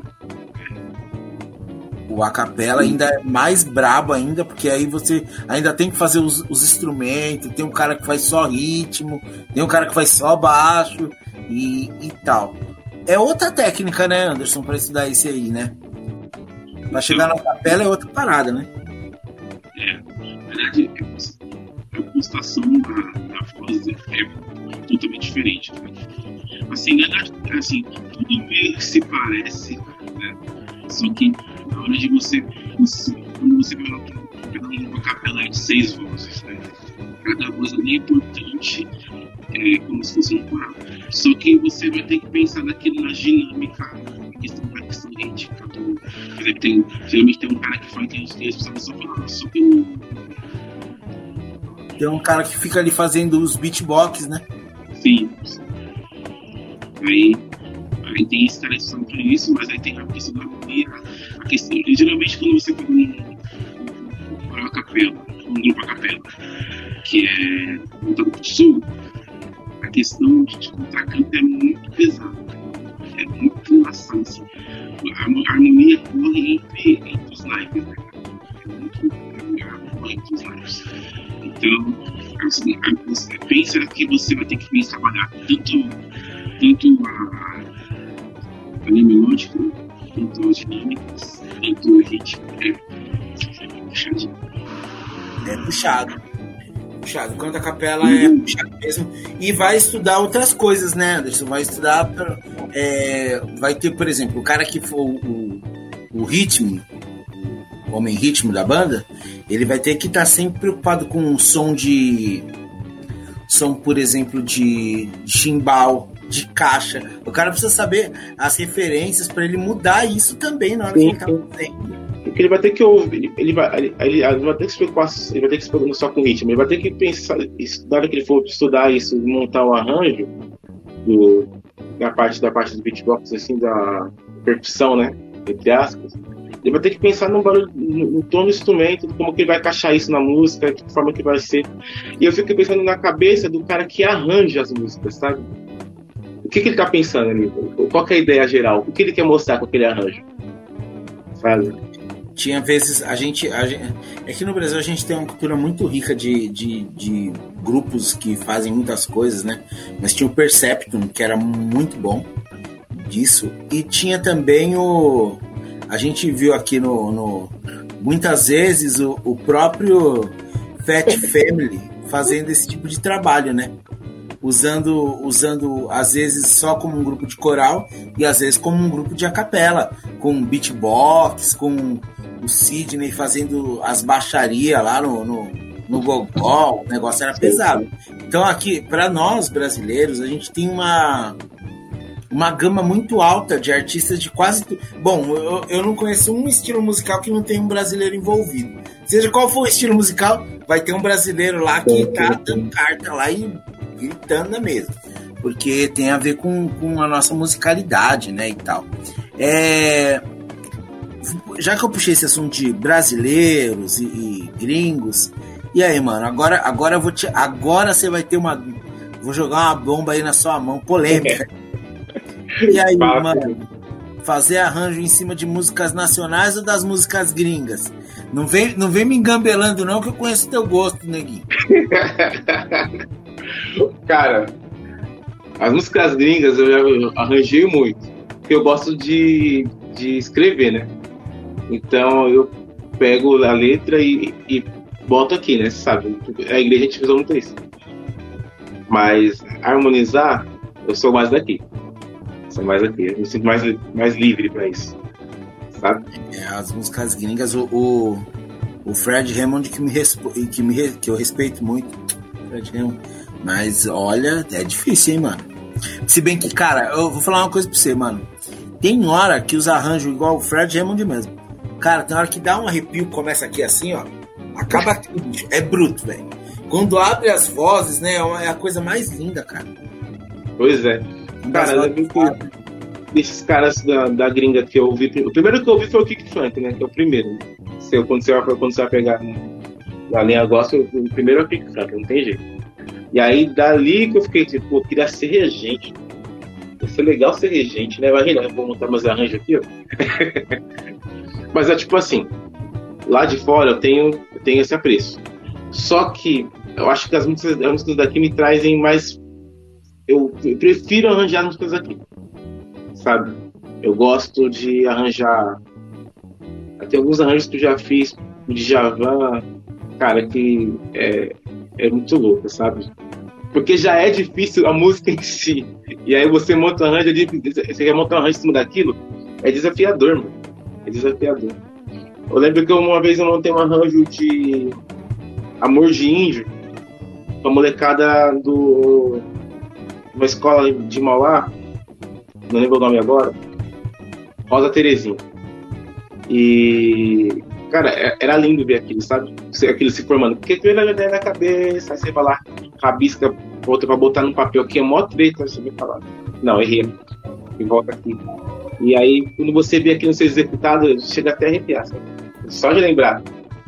O a capela ainda é mais brabo ainda, porque aí você ainda tem que fazer os, os instrumentos, tem um cara que faz só ritmo, tem um cara que faz só baixo e, e tal. É outra técnica, né, Anderson, para estudar isso aí, né? Pra chegar na capela é outra parada, né? É, na verdade, a compostação da, da voz é totalmente diferente. Né? Assim, é, assim, tudo meio que se parece, né? Só que na hora de você, você quando você vai uma capela de seis vozes, né? Cada voz ali é importante, é, como se fosse um coral. Só que você vai ter que pensar naquilo, na dinâmica, na questão da questão rítmica do. Por exemplo, tem, geralmente tem um cara que faz, tem os textos só falando só pelo. Tem um cara que fica ali fazendo os beatbox, né? Sim. Aí, aí tem esse cara só pra isso, mas aí tem a questão da harmonia. A questão, geralmente quando você pega um, um coral a capela, um grupo a capela, que é montado pro sul, a questão de contracanto é muito pesada. É muito engraçado, assim. A, a harmonia corre entre, entre os naipes, né? É muito corre entre os naipes. Então, assim, você pensa que você vai ter que trabalhar tanto, tanto a, a linha melódica, quanto as dinâmicas, quanto o ritmo. É, é puxadinho. É puxado. Puxado. Quando a capela é puxado mesmo. E vai estudar outras coisas, né, Anderson? Vai estudar. É, vai ter, por exemplo, o cara que for o, o ritmo, o homem ritmo da banda, ele vai ter que estar sempre preocupado com o som de. Som, por exemplo, de, de chimbal, de caixa. O cara precisa saber as referências para ele mudar isso também na hora que ele tá fazendo. Porque ele vai ter que ouvir, ele vai, ele, ele vai ter que se preocupar, ele vai ter que se preocupar só com o ritmo, ele vai ter que pensar, na hora que ele for estudar isso, montar o arranjo do, da parte da parte do beatbox, assim, da percussão, né, entre aspas, ele vai ter que pensar no barulho, no, no tom do instrumento, como que ele vai encaixar isso na música, de que forma que vai ser. E eu fico pensando na cabeça do cara que arranja as músicas, sabe? O que, que ele tá pensando ali? Qual que é a ideia geral? O que ele quer mostrar com aquele arranjo? Sabe? Tinha vezes, a gente, a gente. Aqui no Brasil a gente tem uma cultura muito rica de, de, de grupos que fazem muitas coisas, né? Mas tinha o Perceptum, que era muito bom disso. E tinha também o. A gente viu aqui no. no muitas vezes o, o próprio Fat Family fazendo esse tipo de trabalho, né? Usando, usando, às vezes, só como um grupo de coral e às vezes como um grupo de a capela, com beatbox, com o Sidney fazendo as baixarias lá no, no, no gogol, o negócio era pesado. Então aqui, para nós brasileiros, a gente tem uma, uma gama muito alta de artistas de quase tudo. Bom, eu, eu não conheço um estilo musical que não tem um brasileiro envolvido. Seja qual for o estilo musical, vai ter um brasileiro lá que tá dando carta lá e gritando mesmo, porque tem a ver com, com a nossa musicalidade, né, e tal. É, já que eu puxei esse assunto de brasileiros e, e gringos, e aí, mano, agora, agora eu vou te, agora você vai ter uma, vou jogar uma bomba aí na sua mão, polêmica. E aí, mano, fazer arranjo em cima de músicas nacionais ou das músicas gringas? Não vem, não vem me engambelando não, que eu conheço teu gosto, neguinho. Cara, as músicas gringas eu já arranjei muito, porque eu gosto de, de escrever, né? Então eu pego a letra e, e boto aqui, né? Você sabe, a igreja a gente usa muito isso. Mas harmonizar, eu sou mais daqui. Sou mais daqui, eu me sinto mais, mais livre pra isso, sabe? É, as músicas gringas, o, o, o Fred Hammond que, me respo, que, me, que eu respeito muito, Fred Hammond. Mas, olha, é difícil, hein, mano? Se bem que, cara, eu vou falar uma coisa pra você, mano. Tem hora que os arranjos, igual o Fred Hammond mesmo, Cara, tem hora que dá um arrepio, começa aqui assim, ó. Acaba aqui, bicho. É bruto, velho. Quando abre as vozes, né? É a coisa mais linda, cara. Pois é. Cara, eu lembro que desses caras da, da gringa que eu ouvi. O primeiro que eu ouvi foi o Kick Funk, né? Que é o primeiro. Se eu, quando, você vai, quando você vai pegar na linha gospel, o primeiro é o Kick Funk, não tem jeito. E aí, dali que eu fiquei tipo, pô, eu queria ser regente. Foi legal ser regente, né? Imagina, eu vou montar meus arranjos aqui, ó. Mas é tipo assim, lá de fora eu tenho, eu tenho esse apreço. Só que eu acho que as músicas, as músicas daqui me trazem mais. Eu, eu prefiro arranjar músicas daqui, sabe? Eu gosto de arranjar. Tem alguns arranjos que eu já fiz, o Djavan, cara, que é, é muito louco, sabe? Porque já é difícil a música em si. E aí você monta um arranjo, você quer montar um arranjo em cima daquilo, é desafiador, mano. É desafiador. Eu lembro que uma vez eu montei um arranjo de Amor de Índio, com a molecada do uma escola de Mauá, não lembro o nome agora, Rosa Terezinha. E, cara, era lindo ver aquilo, sabe? Aquilo se formando. Porque tu ia na cabeça, aí você vai lá, rabisca, volta pra botar no papel, que é mó treta, você vai falar. Não, errei. E volta aqui. E aí, quando você vê aquilo ser executado, chega até a arrepiar, sabe? Só de lembrar.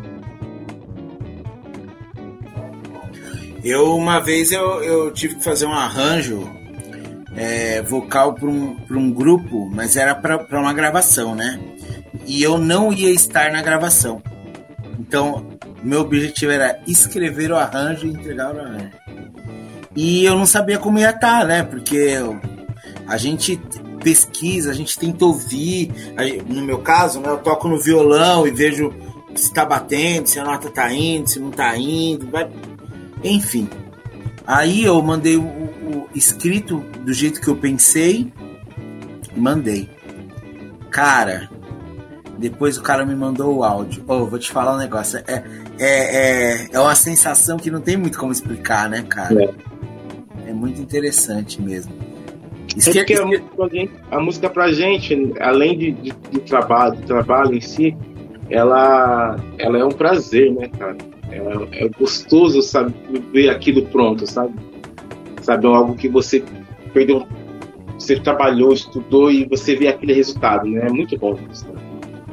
Eu, uma vez, eu, eu tive que fazer um arranjo é, vocal para um, pra um grupo, mas era para uma gravação, né? E eu não ia estar na gravação. Então, meu objetivo era escrever o arranjo e entregar o arranjo. E eu não sabia como ia estar, né? Porque eu, a gente pesquisa, a gente tenta ouvir. Aí, no meu caso, né, eu toco no violão e vejo se tá batendo, se a nota tá indo, se não tá indo. Vai... Enfim. Aí eu mandei o, o escrito do jeito que eu pensei e mandei. Cara, depois o cara me mandou o áudio. Oh, vou te falar um negócio. É, é, é, é uma sensação que não tem muito como explicar, né, cara? É, é muito interessante mesmo. Isso é que, porque a, música, a música pra gente, além de, de, de trabalho, de trabalho em si, ela, ela é um prazer, né, cara? É, é gostoso, sabe, ver aquilo pronto, sabe? Sabe, é algo que você perdeu, você trabalhou, estudou e você vê aquele resultado, né? É muito bom isso, né?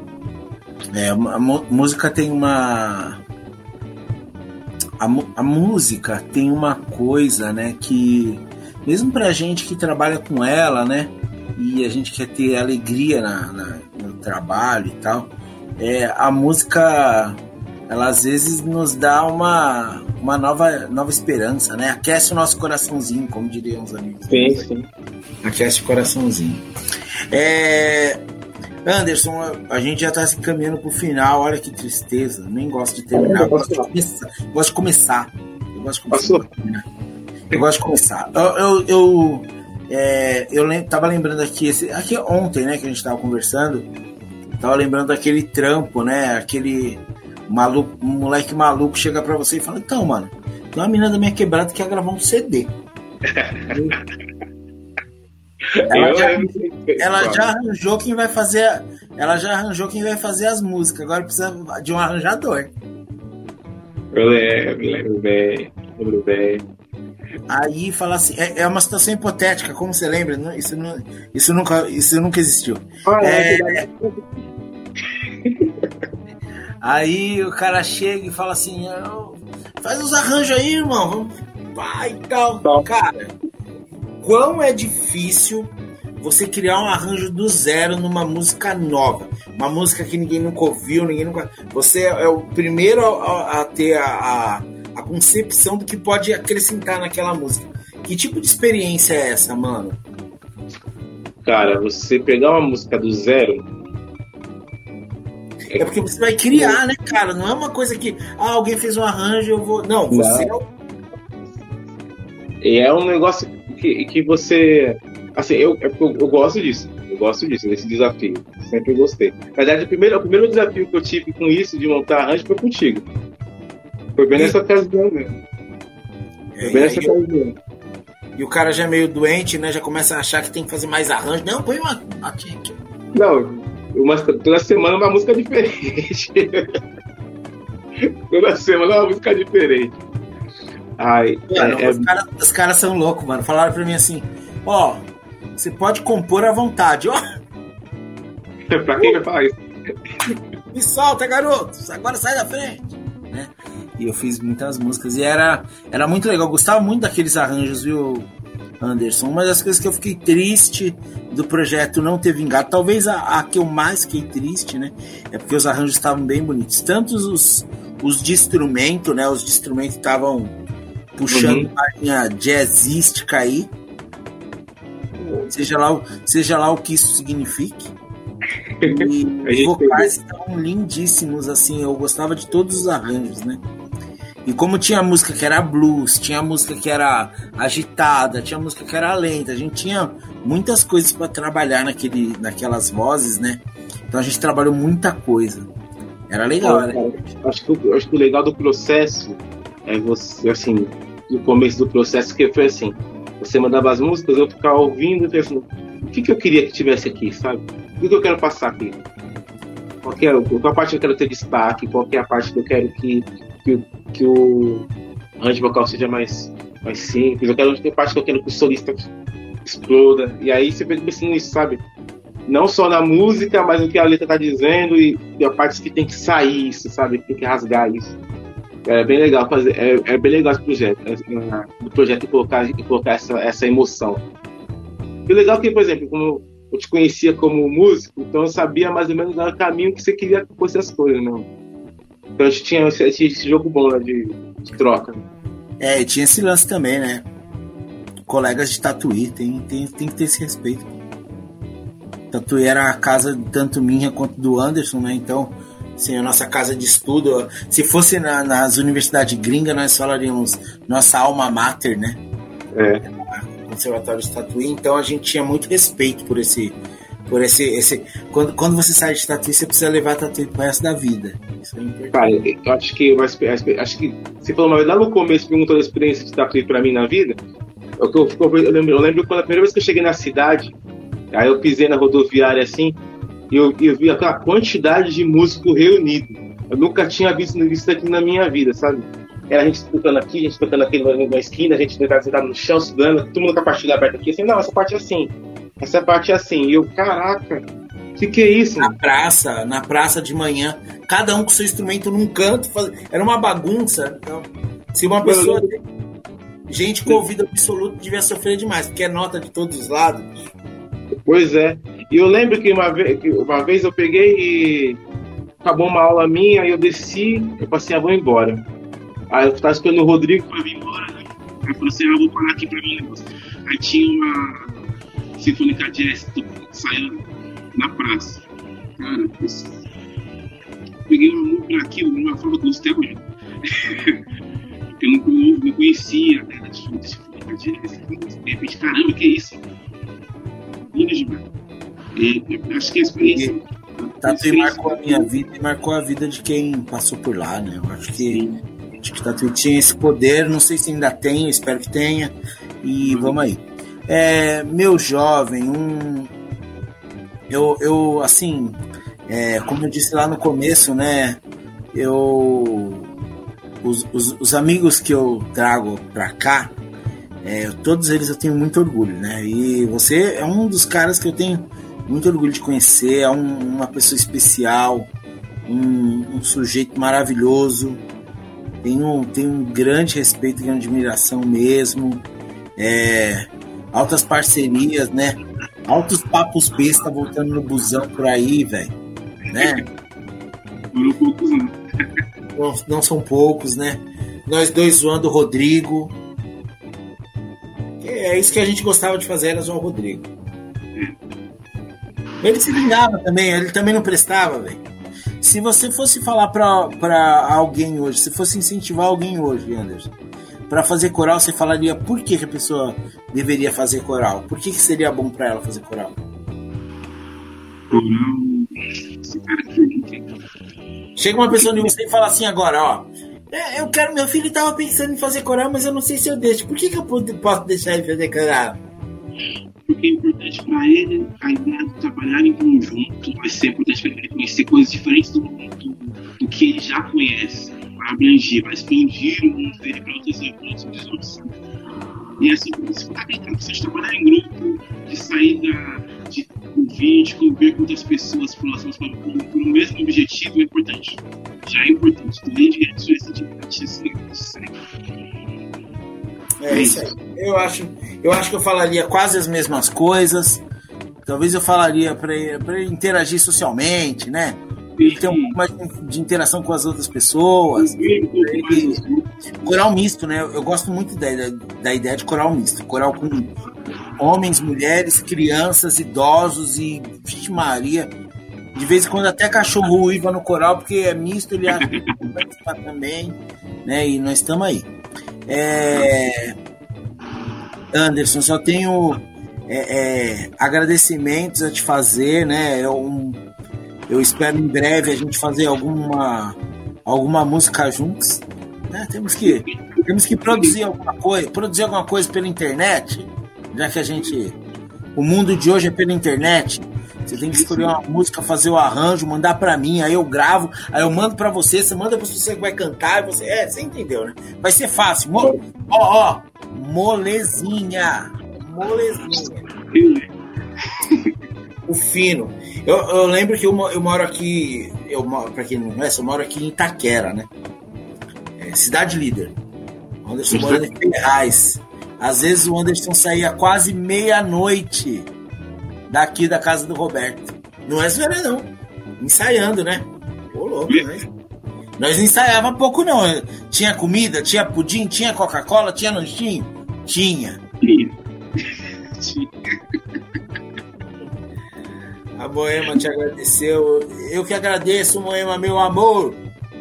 É, a música tem uma... A, a música tem uma coisa, né, que mesmo pra gente que trabalha com ela, né, e a gente quer ter alegria na, na, no trabalho e tal, é, a música, ela às vezes nos dá uma, uma nova, nova esperança, né, aquece o nosso coraçãozinho, como diriam os amigos. Sim, sim. Aquece o coraçãozinho. É... Anderson, a gente já está se encaminhando pro final. Olha que tristeza. Nem gosto de terminar. Eu gosto de começar. Eu gosto de começar. Eu gosto de começar. Eu gosto de começar. Eu, eu, eu, é, eu lem- tava lembrando aqui, esse, aqui ontem, né, que a gente tava conversando. Tava lembrando daquele trampo, né? Aquele maluco, um moleque maluco chega pra você e fala: então, mano, tem uma menina da minha quebrada que quer gravar um C D. Ela, já, ela já arranjou quem vai fazer. Ela já arranjou quem vai fazer as músicas. Agora precisa de um arranjador. Eu lembro, lembro bem, lembro bem. Aí fala assim, é, é uma situação hipotética, como você lembra? Não, isso, não, isso, nunca, isso nunca existiu. Ah, é, é... Aí o cara chega e fala assim: faz os arranjos aí, irmão. Vai e tal. Bom. Cara, quão é difícil você criar um arranjo do zero numa música nova, uma música que ninguém nunca ouviu, ninguém nunca... Você é o primeiro a, a ter a, a, a concepção do que pode acrescentar naquela música. Que tipo de experiência é essa, mano? Cara, você pegar uma música do zero... É porque você vai criar, né, cara? Não é uma coisa que, ah, alguém fez um arranjo, eu vou... Não, você... Não. E é um negócio que, que você... Assim, eu, eu, eu gosto disso. Eu gosto disso, desse desafio. Sempre gostei. Na verdade, o primeiro, o primeiro desafio que eu tive com isso, de montar arranjo, foi contigo. Foi bem e... nessa ocasião mesmo. Foi bem nessa ocasião. E o cara já é meio doente, né? Já começa a achar que tem que fazer mais arranjo. Não, põe uma... Aqui, aqui. Não, uma, toda semana uma música diferente. Toda semana uma música diferente. Ai, mano, é, os é... caras os cara são loucos, mano. Falaram pra mim assim, ó, você pode compor à vontade, ó. Pra quem vai falar isso? Me solta, garoto, agora sai da frente, né? E eu fiz muitas músicas e era, era muito legal, eu gostava muito daqueles arranjos, viu, Anderson? Uma das coisas que eu fiquei triste do projeto não ter vingado, talvez a, a que eu mais fiquei triste, né, é porque os arranjos estavam bem bonitos, tanto os, os de instrumento, né, os de instrumento estavam puxando uhum. uma linha jazzística aí, seja lá, seja lá o que isso signifique. E os vocais estavam lindíssimos, assim, eu gostava de todos os arranjos, né? E como tinha música que era blues, tinha música que era agitada, tinha música que era lenta, a gente tinha muitas coisas para trabalhar naquele, naquelas vozes, né? Então a gente trabalhou muita coisa. Era legal, ah, né? Cara, acho, que, acho que o legal do processo é você, assim, no começo do processo, que foi assim, você mandava as músicas, eu ficava ouvindo e pensando, o que, que eu queria que tivesse aqui, sabe? O que eu quero passar aqui? Qual, que é, qual parte eu quero ter destaque? Qual que é a parte que eu quero que, que, que o arranjo vocal seja mais, mais simples? Eu quero ter parte que eu quero que o solista exploda. E aí você pensa assim nisso, sabe? Não só na música, mas o que a letra tá dizendo e, e a parte que tem que sair isso, sabe? Que tem que rasgar isso. É bem legal fazer, é, é bem legal esse projeto, é, do projeto colocar, colocar essa, essa emoção. E o legal é que, por exemplo, como eu te conhecia como músico, então eu sabia mais ou menos o caminho que você queria que fosse as coisas, não? Então a gente tinha esse, esse jogo bom, né, de, de troca. É, e tinha esse lance também, né? Colegas de Tatuí, tem, tem, tem que ter esse respeito. Tatuí era a casa tanto minha quanto do Anderson, né? Então, assim, a nossa casa de estudo, se fosse na, nas universidades gringas, nós falaríamos nossa alma mater, né? É. Conservatório de Tatuí, então a gente tinha muito respeito por esse, por esse, esse quando, quando você sai de Tatuí, você precisa levar Tatuí pro resto da vida. Isso é importante. Cara, eu acho que eu acho que você falou uma vez lá no começo, perguntou a experiência de Tatuí pra mim na vida. Eu, eu, eu, lembro, eu lembro quando a primeira vez que eu cheguei na cidade, aí eu pisei na rodoviária assim, e eu, eu vi aquela quantidade de músicos reunidos. Eu nunca tinha visto isso aqui na minha vida, sabe? Era a gente tocando aqui, a gente tocando aqui na esquina, a gente sentado no chão, estudando, todo mundo com a partida aberta aqui, assim, não, essa parte é assim, essa parte é assim. E eu, caraca, o que, que é isso? Na praça, na praça de manhã, cada um com seu instrumento num canto, faz... era uma bagunça. Então, se uma pessoa tem gente com ouvido absoluto, devia sofrer demais, porque é nota de todos os lados. Pois é. E eu lembro que uma vez, que uma vez eu peguei e acabou uma aula minha, e eu desci, eu passei, ah, vou embora. Aí eu tava esperando o Rodrigo pra vir embora, né? Aí eu falei assim, ah, vou parar aqui pra mim o negócio. Aí tinha uma Sinfônica Jazz saindo na praça. Cara, eu peguei um amor por aquilo de uma forma que eu gostei hoje. Eu não, não conhecia, né? De Sinfônica Jazz. De repente, caramba, que é isso? Lindo demais. E eu acho que a experiência... Tatuí marcou a minha vida e marcou a vida de quem passou por lá, né? Eu acho que... Sim. Acho que Tatuí tinha esse poder, não sei se ainda tem, eu espero que tenha. E vamos aí. É, meu jovem, um, eu, eu assim, é, como eu disse lá no começo, né? Eu, os, os, os amigos que eu trago pra cá, é, todos eles eu tenho muito orgulho, né? E você é um dos caras que eu tenho muito orgulho de conhecer, é um, uma pessoa especial, um, um sujeito maravilhoso. Tenho um, tenho um grande respeito e grande admiração mesmo. É, altas parcerias, né? Altos papos besta voltando no busão por aí, velho. Né? Não poucos, não. não. Não são poucos, né? Nós dois zoando o Rodrigo. É isso que a gente gostava de fazer, era zoar o Rodrigo. Ele se vingava também, ele também não prestava, velho. Se você fosse falar pra, pra alguém hoje, se fosse incentivar alguém hoje, Anderson, pra fazer coral, você falaria por que, que a pessoa deveria fazer coral? Por que, que seria bom pra ela fazer coral? Coral... Esse cara que... Chega uma pessoa de você e fala assim agora, ó, é, eu quero, meu filho tava pensando em fazer coral, mas eu não sei se eu deixo. Por que, que eu posso deixar ele fazer coral? Porque que é importante para ele, a ideia de trabalhar em conjunto vai ser importante para ele conhecer coisas diferentes do mundo, do que ele já conhece, para abranger, para expandir o mundo dele para outras visões. E essa fundamentação de trabalhar em grupo, de sair da, de ouvir, de conviver com outras pessoas próximas para o mesmo objetivo é importante. Já é importante. Então, a gente recentemente É isso aí. Eu acho, eu acho que eu falaria quase as mesmas coisas. Talvez eu falaria para ele, para ele interagir socialmente, né? Ele ter um pouco mais de interação com as outras pessoas. Ele, coral misto, né? Eu gosto muito da, da, da ideia de coral misto. Coral com homens, mulheres, crianças, idosos e, vixe Maria, de vez em quando até cachorro uiva no coral, porque é misto, ele acha que participar também, né? E nós estamos aí. É... Anderson, só tenho é, é, agradecimentos a te fazer, né? Eu, eu espero em breve a gente fazer alguma, alguma música juntos, né? Temos que, temos que produzir alguma coisa, produzir alguma coisa pela internet, já que a gente, o mundo de hoje é pela internet. Você tem que escolher uma música, fazer o arranjo, mandar pra mim, aí eu gravo, aí eu mando pra você, você manda pra você que vai cantar, e você, é, você entendeu, né? Vai ser fácil, ó, ó, molezinha, molezinha. O fino. Eu, eu lembro que eu, eu moro aqui, eu moro, pra quem não conhece, eu moro aqui em Itaquera, né? É, Cidade Líder. O Anderson morando em Ferraz. Às vezes o Anderson saía quase meia-noite daqui da casa do Roberto. Não é zoeira, não. Ensaiando, né? Ô, louco, né? Nós não ensaiava pouco, não. Tinha comida, tinha pudim, tinha Coca-Cola, tinha lanchinho? Tinha. A Moema te agradeceu. Eu que agradeço, Moema, meu amor.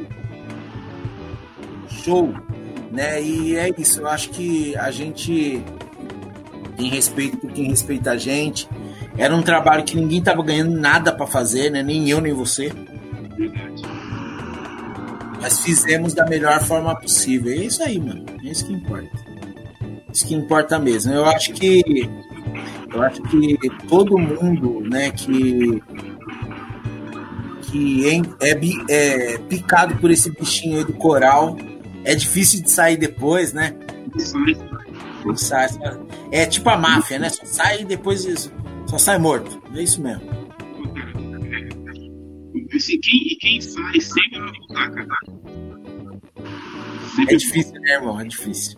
Show. Né? E é isso. Eu acho que a gente tem respeito por quem respeita a gente. Era um trabalho que ninguém tava ganhando nada para fazer, né? Nem eu, nem você. Verdade. Mas fizemos da melhor forma possível. É isso aí, mano. É isso que importa. É isso que importa mesmo. Eu acho que eu acho que todo mundo, né, que que é, é, é picado por esse bichinho aí do coral, é difícil de sair depois, né? Sai. É tipo a máfia, né? Só sai e depois isso. Só sai morto. É isso mesmo. Assim, quem, e quem sai sempre vai voltar, cara. É difícil, né, irmão? É difícil.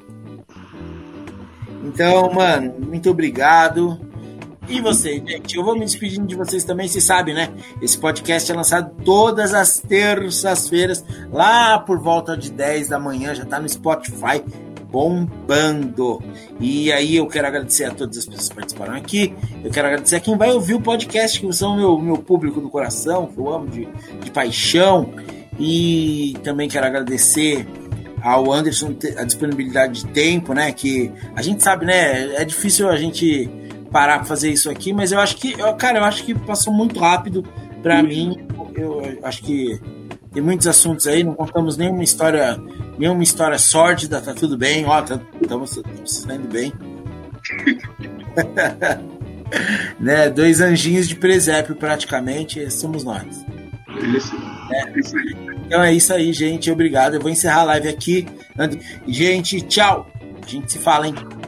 Então, mano, muito obrigado. E vocês, gente? Eu vou me despedindo de vocês também, vocês sabem, né? Esse podcast é lançado todas as terças-feiras, lá por volta de dez da manhã, já tá no Spotify, bombando. E aí eu quero agradecer a todas as pessoas que participaram aqui. Eu quero agradecer a quem vai ouvir o podcast, que são o meu, meu público do coração, que eu amo de, de paixão. E também quero agradecer ao Anderson a disponibilidade de tempo, né? Que a gente sabe, né? É difícil a gente parar para fazer isso aqui, mas eu acho que, eu, cara, eu acho que passou muito rápido para mim. Eu, eu acho que tem muitos assuntos aí, não contamos nenhuma história, nenhuma história sórdida, tá tudo bem, ó, estamos saindo bem. Né? Dois anjinhos de presépio praticamente, somos nós. É. Então é isso aí, gente, obrigado. Eu vou encerrar a live aqui. Gente, tchau. A gente se fala, hein?